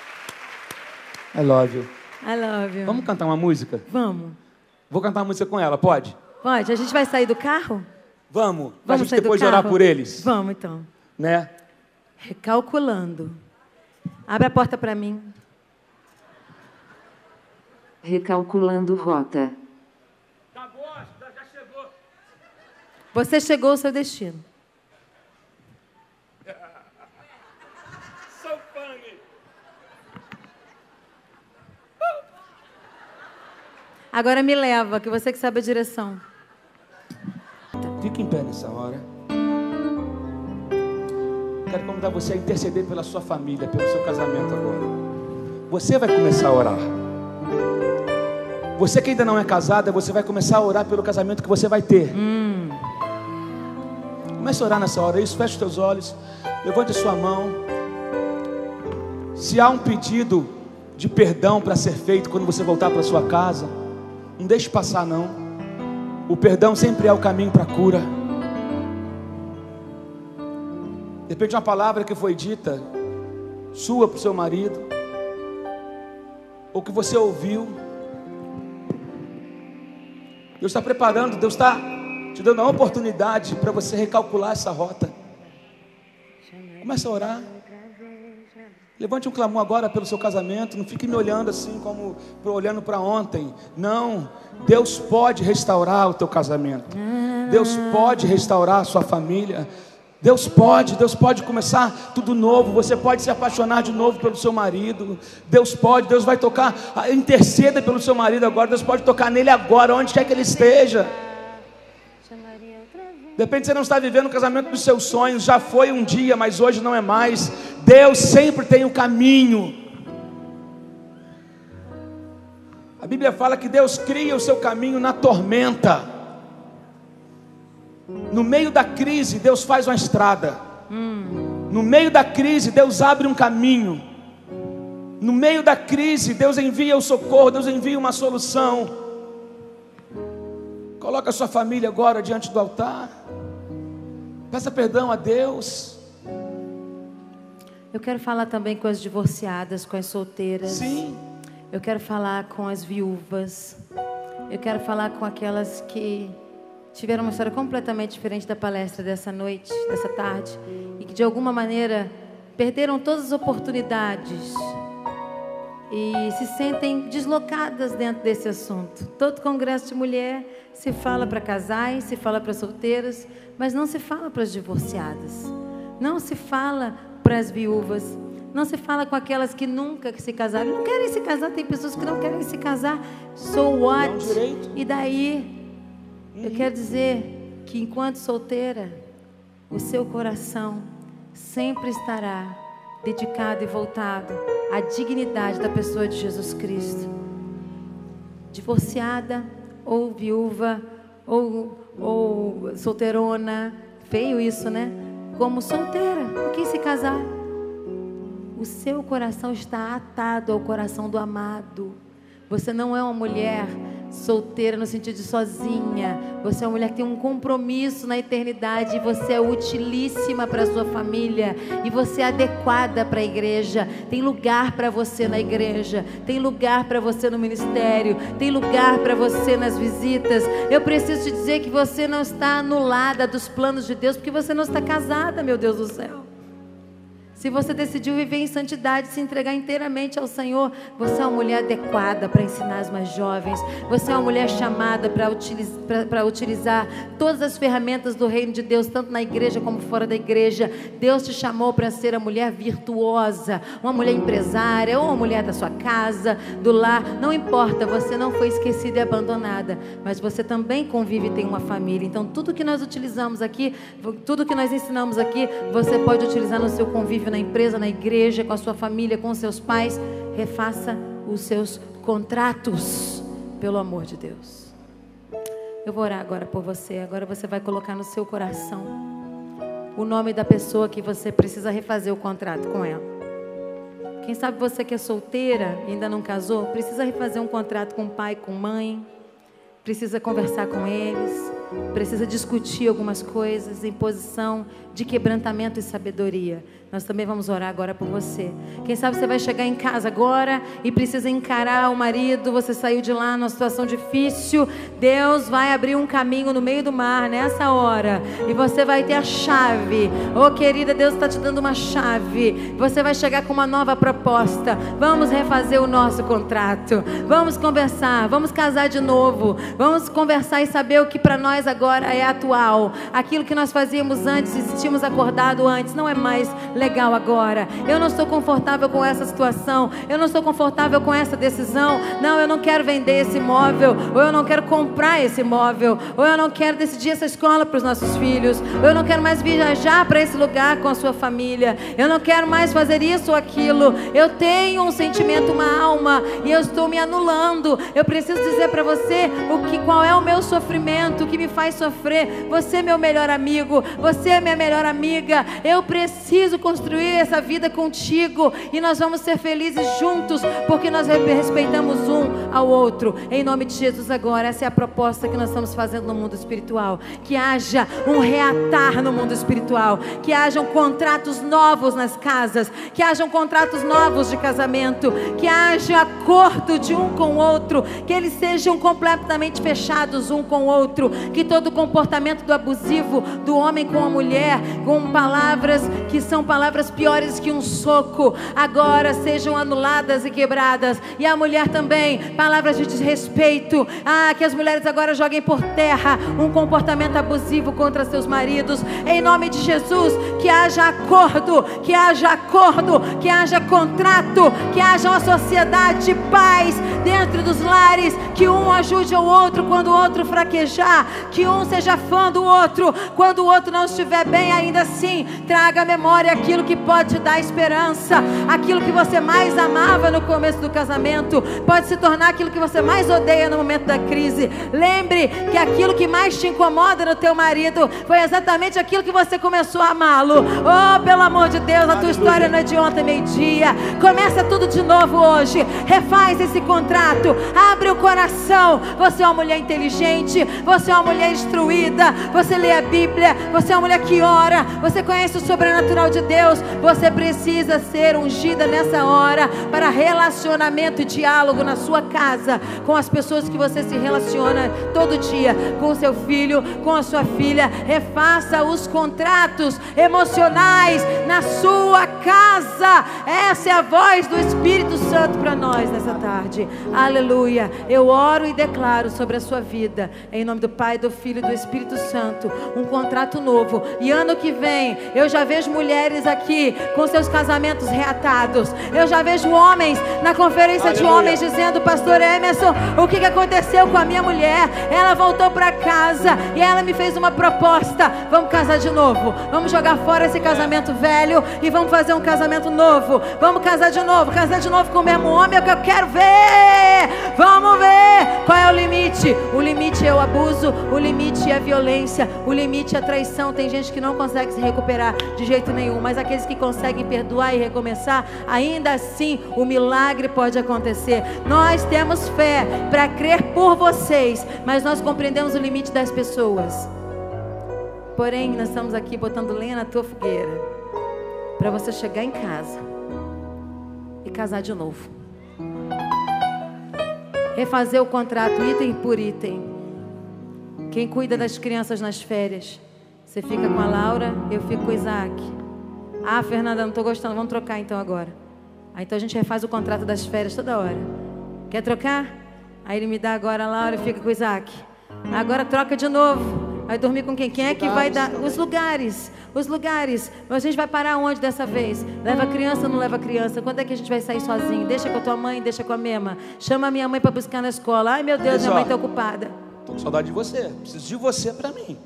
I love you. I love you. Vamos cantar uma música? Vamos. Vou cantar uma música com ela, pode? Pode. A gente vai sair do carro? Vamos. Pra Vamos gente sair depois do de orar carro? por eles. Vamos, então. Né? Recalculando. Abre a porta para mim. Recalculando rota. Acabou, já chegou. Você chegou ao seu destino. So funny. Agora me leva, que você que sabe a direção. Fica em pé nessa hora. Quero convidar você a interceder pela sua família, pelo seu casamento agora. Você vai começar a orar. Você que ainda não é casada, você vai começar a orar pelo casamento que você vai ter. Comece a orar nessa hora. Isso, feche os teus olhos. Levante a sua mão. Se há um pedido de perdão para ser feito quando você voltar para sua casa, não deixe passar não. O perdão sempre é o caminho para a cura. De repente uma palavra que foi dita sua para o seu marido, ou que você ouviu, Deus está preparando, Deus está te dando a oportunidade para você recalcular essa rota. Comece a orar. Levante um clamor agora pelo seu casamento. Não fique me olhando assim como olhando para ontem. Não, Deus pode restaurar o teu casamento. Deus pode restaurar a sua família. Deus pode começar tudo novo. Você pode se apaixonar de novo pelo seu marido. Deus vai tocar. Interceda pelo seu marido agora. Deus pode tocar nele agora, onde quer que ele esteja. De repente você não está vivendo o casamento dos seus sonhos. Já foi um dia, mas hoje não é mais. Deus sempre tem o caminho. A Bíblia fala que Deus cria o seu caminho na tormenta. No meio da crise, Deus faz uma estrada. No meio da crise, Deus abre um caminho. No meio da crise, Deus envia o socorro, Deus envia uma solução. Coloca a sua família agora diante do altar. Peça perdão a Deus. Eu quero falar também com as divorciadas, com as solteiras. Sim. Eu quero falar com as viúvas. Eu quero falar com aquelas que tiveram uma história completamente diferente da palestra dessa noite, dessa tarde, e que de alguma maneira perderam todas as oportunidades e se sentem deslocadas dentro desse assunto. Todo congresso de mulher se fala para casais, se fala para solteiras, mas não se fala para as divorciadas, não se fala para as viúvas, não se fala com aquelas que nunca se casaram, não querem se casar. Tem pessoas que não querem se casar. So what? E daí? Eu quero dizer que enquanto solteira, o seu coração sempre estará dedicado e voltado à dignidade da pessoa de Jesus Cristo. Divorciada ou viúva ou solteirona, feio isso, né? Como solteira, não quis se casar. O seu coração está atado ao coração do amado. Você não é uma mulher solteira no sentido de sozinha. Você é uma mulher que tem um compromisso na eternidade. E você é utilíssima para a sua família. E você é adequada para a igreja. Tem lugar para você na igreja. Tem lugar para você no ministério. Tem lugar para você nas visitas. Eu preciso te dizer que você não está anulada dos planos de Deus, porque você não está casada, meu Deus do céu. Se você decidiu viver em santidade, se entregar inteiramente ao Senhor, você é uma mulher adequada para ensinar as mais jovens. Você é uma mulher chamada para utilizar todas as ferramentas do reino de Deus, tanto na igreja como fora da igreja. Deus te chamou para ser a mulher virtuosa, uma mulher empresária, ou uma mulher da sua casa, do lar. Não importa, você não foi esquecida e abandonada, mas você também convive e tem uma família. Então tudo que nós utilizamos aqui, tudo que nós ensinamos aqui, você pode utilizar no seu convívio na empresa, na igreja, com a sua família, com os seus pais. Refaça os seus contratos, pelo amor de Deus. Eu vou orar agora por você. Agora você vai colocar no seu coração o nome da pessoa que você precisa refazer o contrato com ela. Quem sabe você que é solteira e ainda não casou, precisa refazer um contrato com o pai, com mãe, precisa conversar com eles, precisa discutir algumas coisas em posição de quebrantamento e sabedoria. Nós também vamos orar agora por você. Quem sabe você vai chegar em casa agora e precisa encarar o marido, você saiu de lá numa situação difícil. Deus vai abrir um caminho no meio do mar nessa hora e você vai ter a chave. Oh querida, Deus está te dando uma chave. Você vai chegar com uma nova proposta. Vamos refazer o nosso contrato, vamos conversar, vamos casar de novo, vamos conversar e saber o que para nós agora é atual. Aquilo que nós fazíamos antes e tínhamos acordado antes não é mais legal agora. Eu não estou confortável com essa situação, eu não estou confortável com essa decisão. Não, eu não quero vender esse imóvel, ou eu não quero comprar esse imóvel, ou eu não quero decidir essa escola para os nossos filhos, ou eu não quero mais viajar para esse lugar com a sua família, eu não quero mais fazer isso ou aquilo. Eu tenho um sentimento, uma alma, e eu estou me anulando. Eu preciso dizer para você qual é o meu sofrimento, o que me faz sofrer. Você é meu melhor amigo, você é minha melhor amiga. Eu preciso construir essa vida contigo e nós vamos ser felizes juntos, porque nós respeitamos um ao outro. Em nome de Jesus agora, essa é a proposta que nós estamos fazendo no mundo espiritual. Que haja um reatar no mundo espiritual, que hajam contratos novos nas casas, que hajam contratos novos de casamento, que haja acordo de um com o outro, que eles sejam completamente fechados um com o outro, que todo comportamento do abusivo do homem com a mulher, com palavras que são palavras piores que um soco, agora sejam anuladas e quebradas. E a mulher também, palavras de desrespeito, que as mulheres agora joguem por terra um comportamento abusivo contra seus maridos, em nome de Jesus. Que haja acordo, que haja acordo, que haja contrato, que haja uma sociedade de paz dentro dos lares, que um ajude o outro quando o outro fraquejar, que um seja fã do outro quando o outro não estiver bem. Ainda assim, traga à memória aquilo que pode te dar esperança. Aquilo que você mais amava no começo do casamento pode se tornar aquilo que você mais odeia no momento da crise. Lembre que aquilo que mais te incomoda no teu marido foi exatamente aquilo que você começou a amá-lo. Oh, pelo amor de Deus, a tua história não é de ontem, meio-dia. Começa tudo de novo hoje. Refaz esse contrato, abre o coração. Você é uma mulher inteligente, você é uma mulher instruída, você lê a Bíblia, você é uma mulher que ora, você conhece o sobrenatural de Deus. Você precisa ser ungida nessa hora para relacionamento e diálogo na sua casa, com as pessoas que você se relaciona todo dia, com o seu filho, com a sua filha. Refaça os contratos emocionais na sua casa. Essa é a voz do Espírito Santo para nós nessa tarde. Aleluia. Eu oro e declaro sobre a sua vida, em nome do Pai, do Filho e do Espírito Santo, um contrato novo. E ano que vem eu já vejo mulheres aqui com seus casamentos reatados. Eu já vejo homens na conferência de homens dizendo: pastor Emerson, o que aconteceu com a minha mulher? Ela voltou para casa e ela me fez uma proposta. Vamos casar de novo, vamos jogar fora esse casamento velho e vamos fazer um casamento novo. Vamos casar de novo com o mesmo homem. É o que eu quero ver. Vamos ver qual é o limite limite. O limite é o abuso, o limite é a violência, o limite é a traição. Tem gente que não consegue se recuperar de jeito nenhum, mas aqueles que conseguem perdoar e recomeçar, ainda assim o milagre pode acontecer. Nós temos fé para crer por vocês, mas nós compreendemos o limite das pessoas. Porém, nós estamos aqui botando lenha na tua fogueira para você chegar em casa e casar de novo. Refazer o contrato item por item. Quem cuida das crianças nas férias? Você fica com a Laura, eu fico com o Isaac. Ah, Fernanda, não estou gostando, vamos trocar então agora. Aí então a gente refaz o contrato das férias toda hora. Quer trocar? Aí ele me dá agora a Laura e fica com o Isaac. Agora troca de novo. Vai dormir com quem? Quem é que vai dar? Os lugares. Os lugares. A gente vai parar onde dessa vez? Leva a criança ou não leva a criança? Quando é que a gente vai sair sozinho? Deixa com a tua mãe, deixa com a Mema. Chama a minha mãe para buscar na escola. Ai, meu Deus, minha mãe está ocupada. Tô com saudade de você. Preciso de você para mim.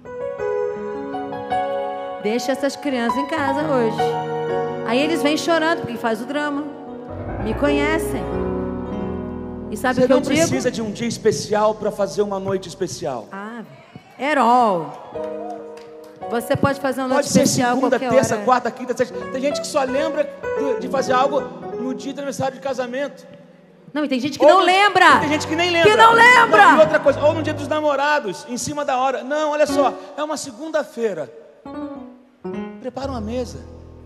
Deixa essas crianças em casa hoje. Aí eles vêm chorando porque faz o drama. Me conhecem. E sabe o que eu digo? Você não precisa de um dia especial para fazer uma noite especial. Herol. Você pode fazer uma noite especial segunda, qualquer terça, hora. quarta, quinta, sexta. Tem gente que só lembra de fazer algo no dia do aniversário de casamento. Não, e tem gente que não lembra. Tem gente que nem lembra. Que não lembra. Não, e outra coisa, ou no dia dos namorados, em cima da hora. Não, olha só, é uma segunda-feira. Prepara uma mesa.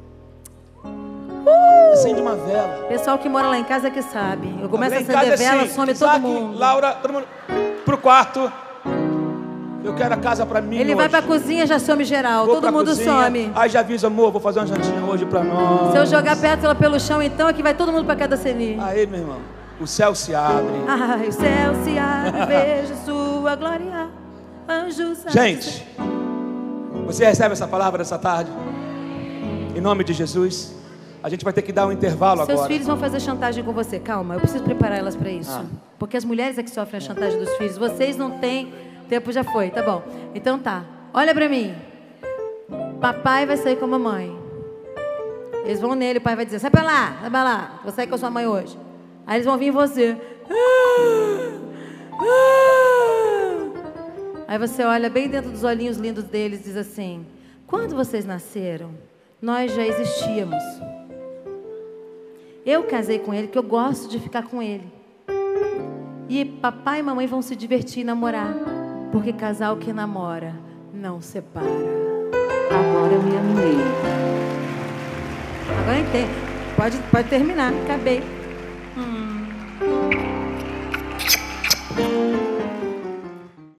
Acende uma vela. Pessoal que mora lá em casa é que sabe. Eu começo a Lá em acender casa é vela, assim, some Isaac, todo mundo. Laura, todo mundo pro quarto. Eu quero a casa pra mim. Ele vai pra cozinha, já some geral. Vou Todo mundo cozinha, some. Aí já avisa, amor, vou fazer uma jantinha hoje pra nós. Se eu jogar pétala pelo chão, então, é que vai todo mundo pra casa da Ceni. Aí, meu irmão, o céu se abre. Ai, o céu se abre, vejo sua glória. Anjos. Gente, você recebe essa palavra dessa tarde? Em nome de Jesus. A gente vai ter que dar um intervalo agora. Seus filhos vão fazer chantagem com você. Calma, eu preciso preparar elas para isso. Porque as mulheres é que sofrem a chantagem dos filhos. Vocês não têm. Tempo já foi, tá bom. Então tá. Olha para mim. Papai vai sair com a mamãe. Eles vão nele, o pai vai dizer: sai pra lá, vai pra lá. Vou sair com a sua mãe hoje. Aí eles vão vir em você. Aí você olha bem dentro dos olhinhos lindos deles e diz assim: quando vocês nasceram, nós já existíamos. Eu casei com ele porque eu gosto de ficar com ele. E papai e mamãe vão se divertir e namorar. Porque casal que namora não separa. Agora eu me amei. Agora entende. Pode terminar. Acabei.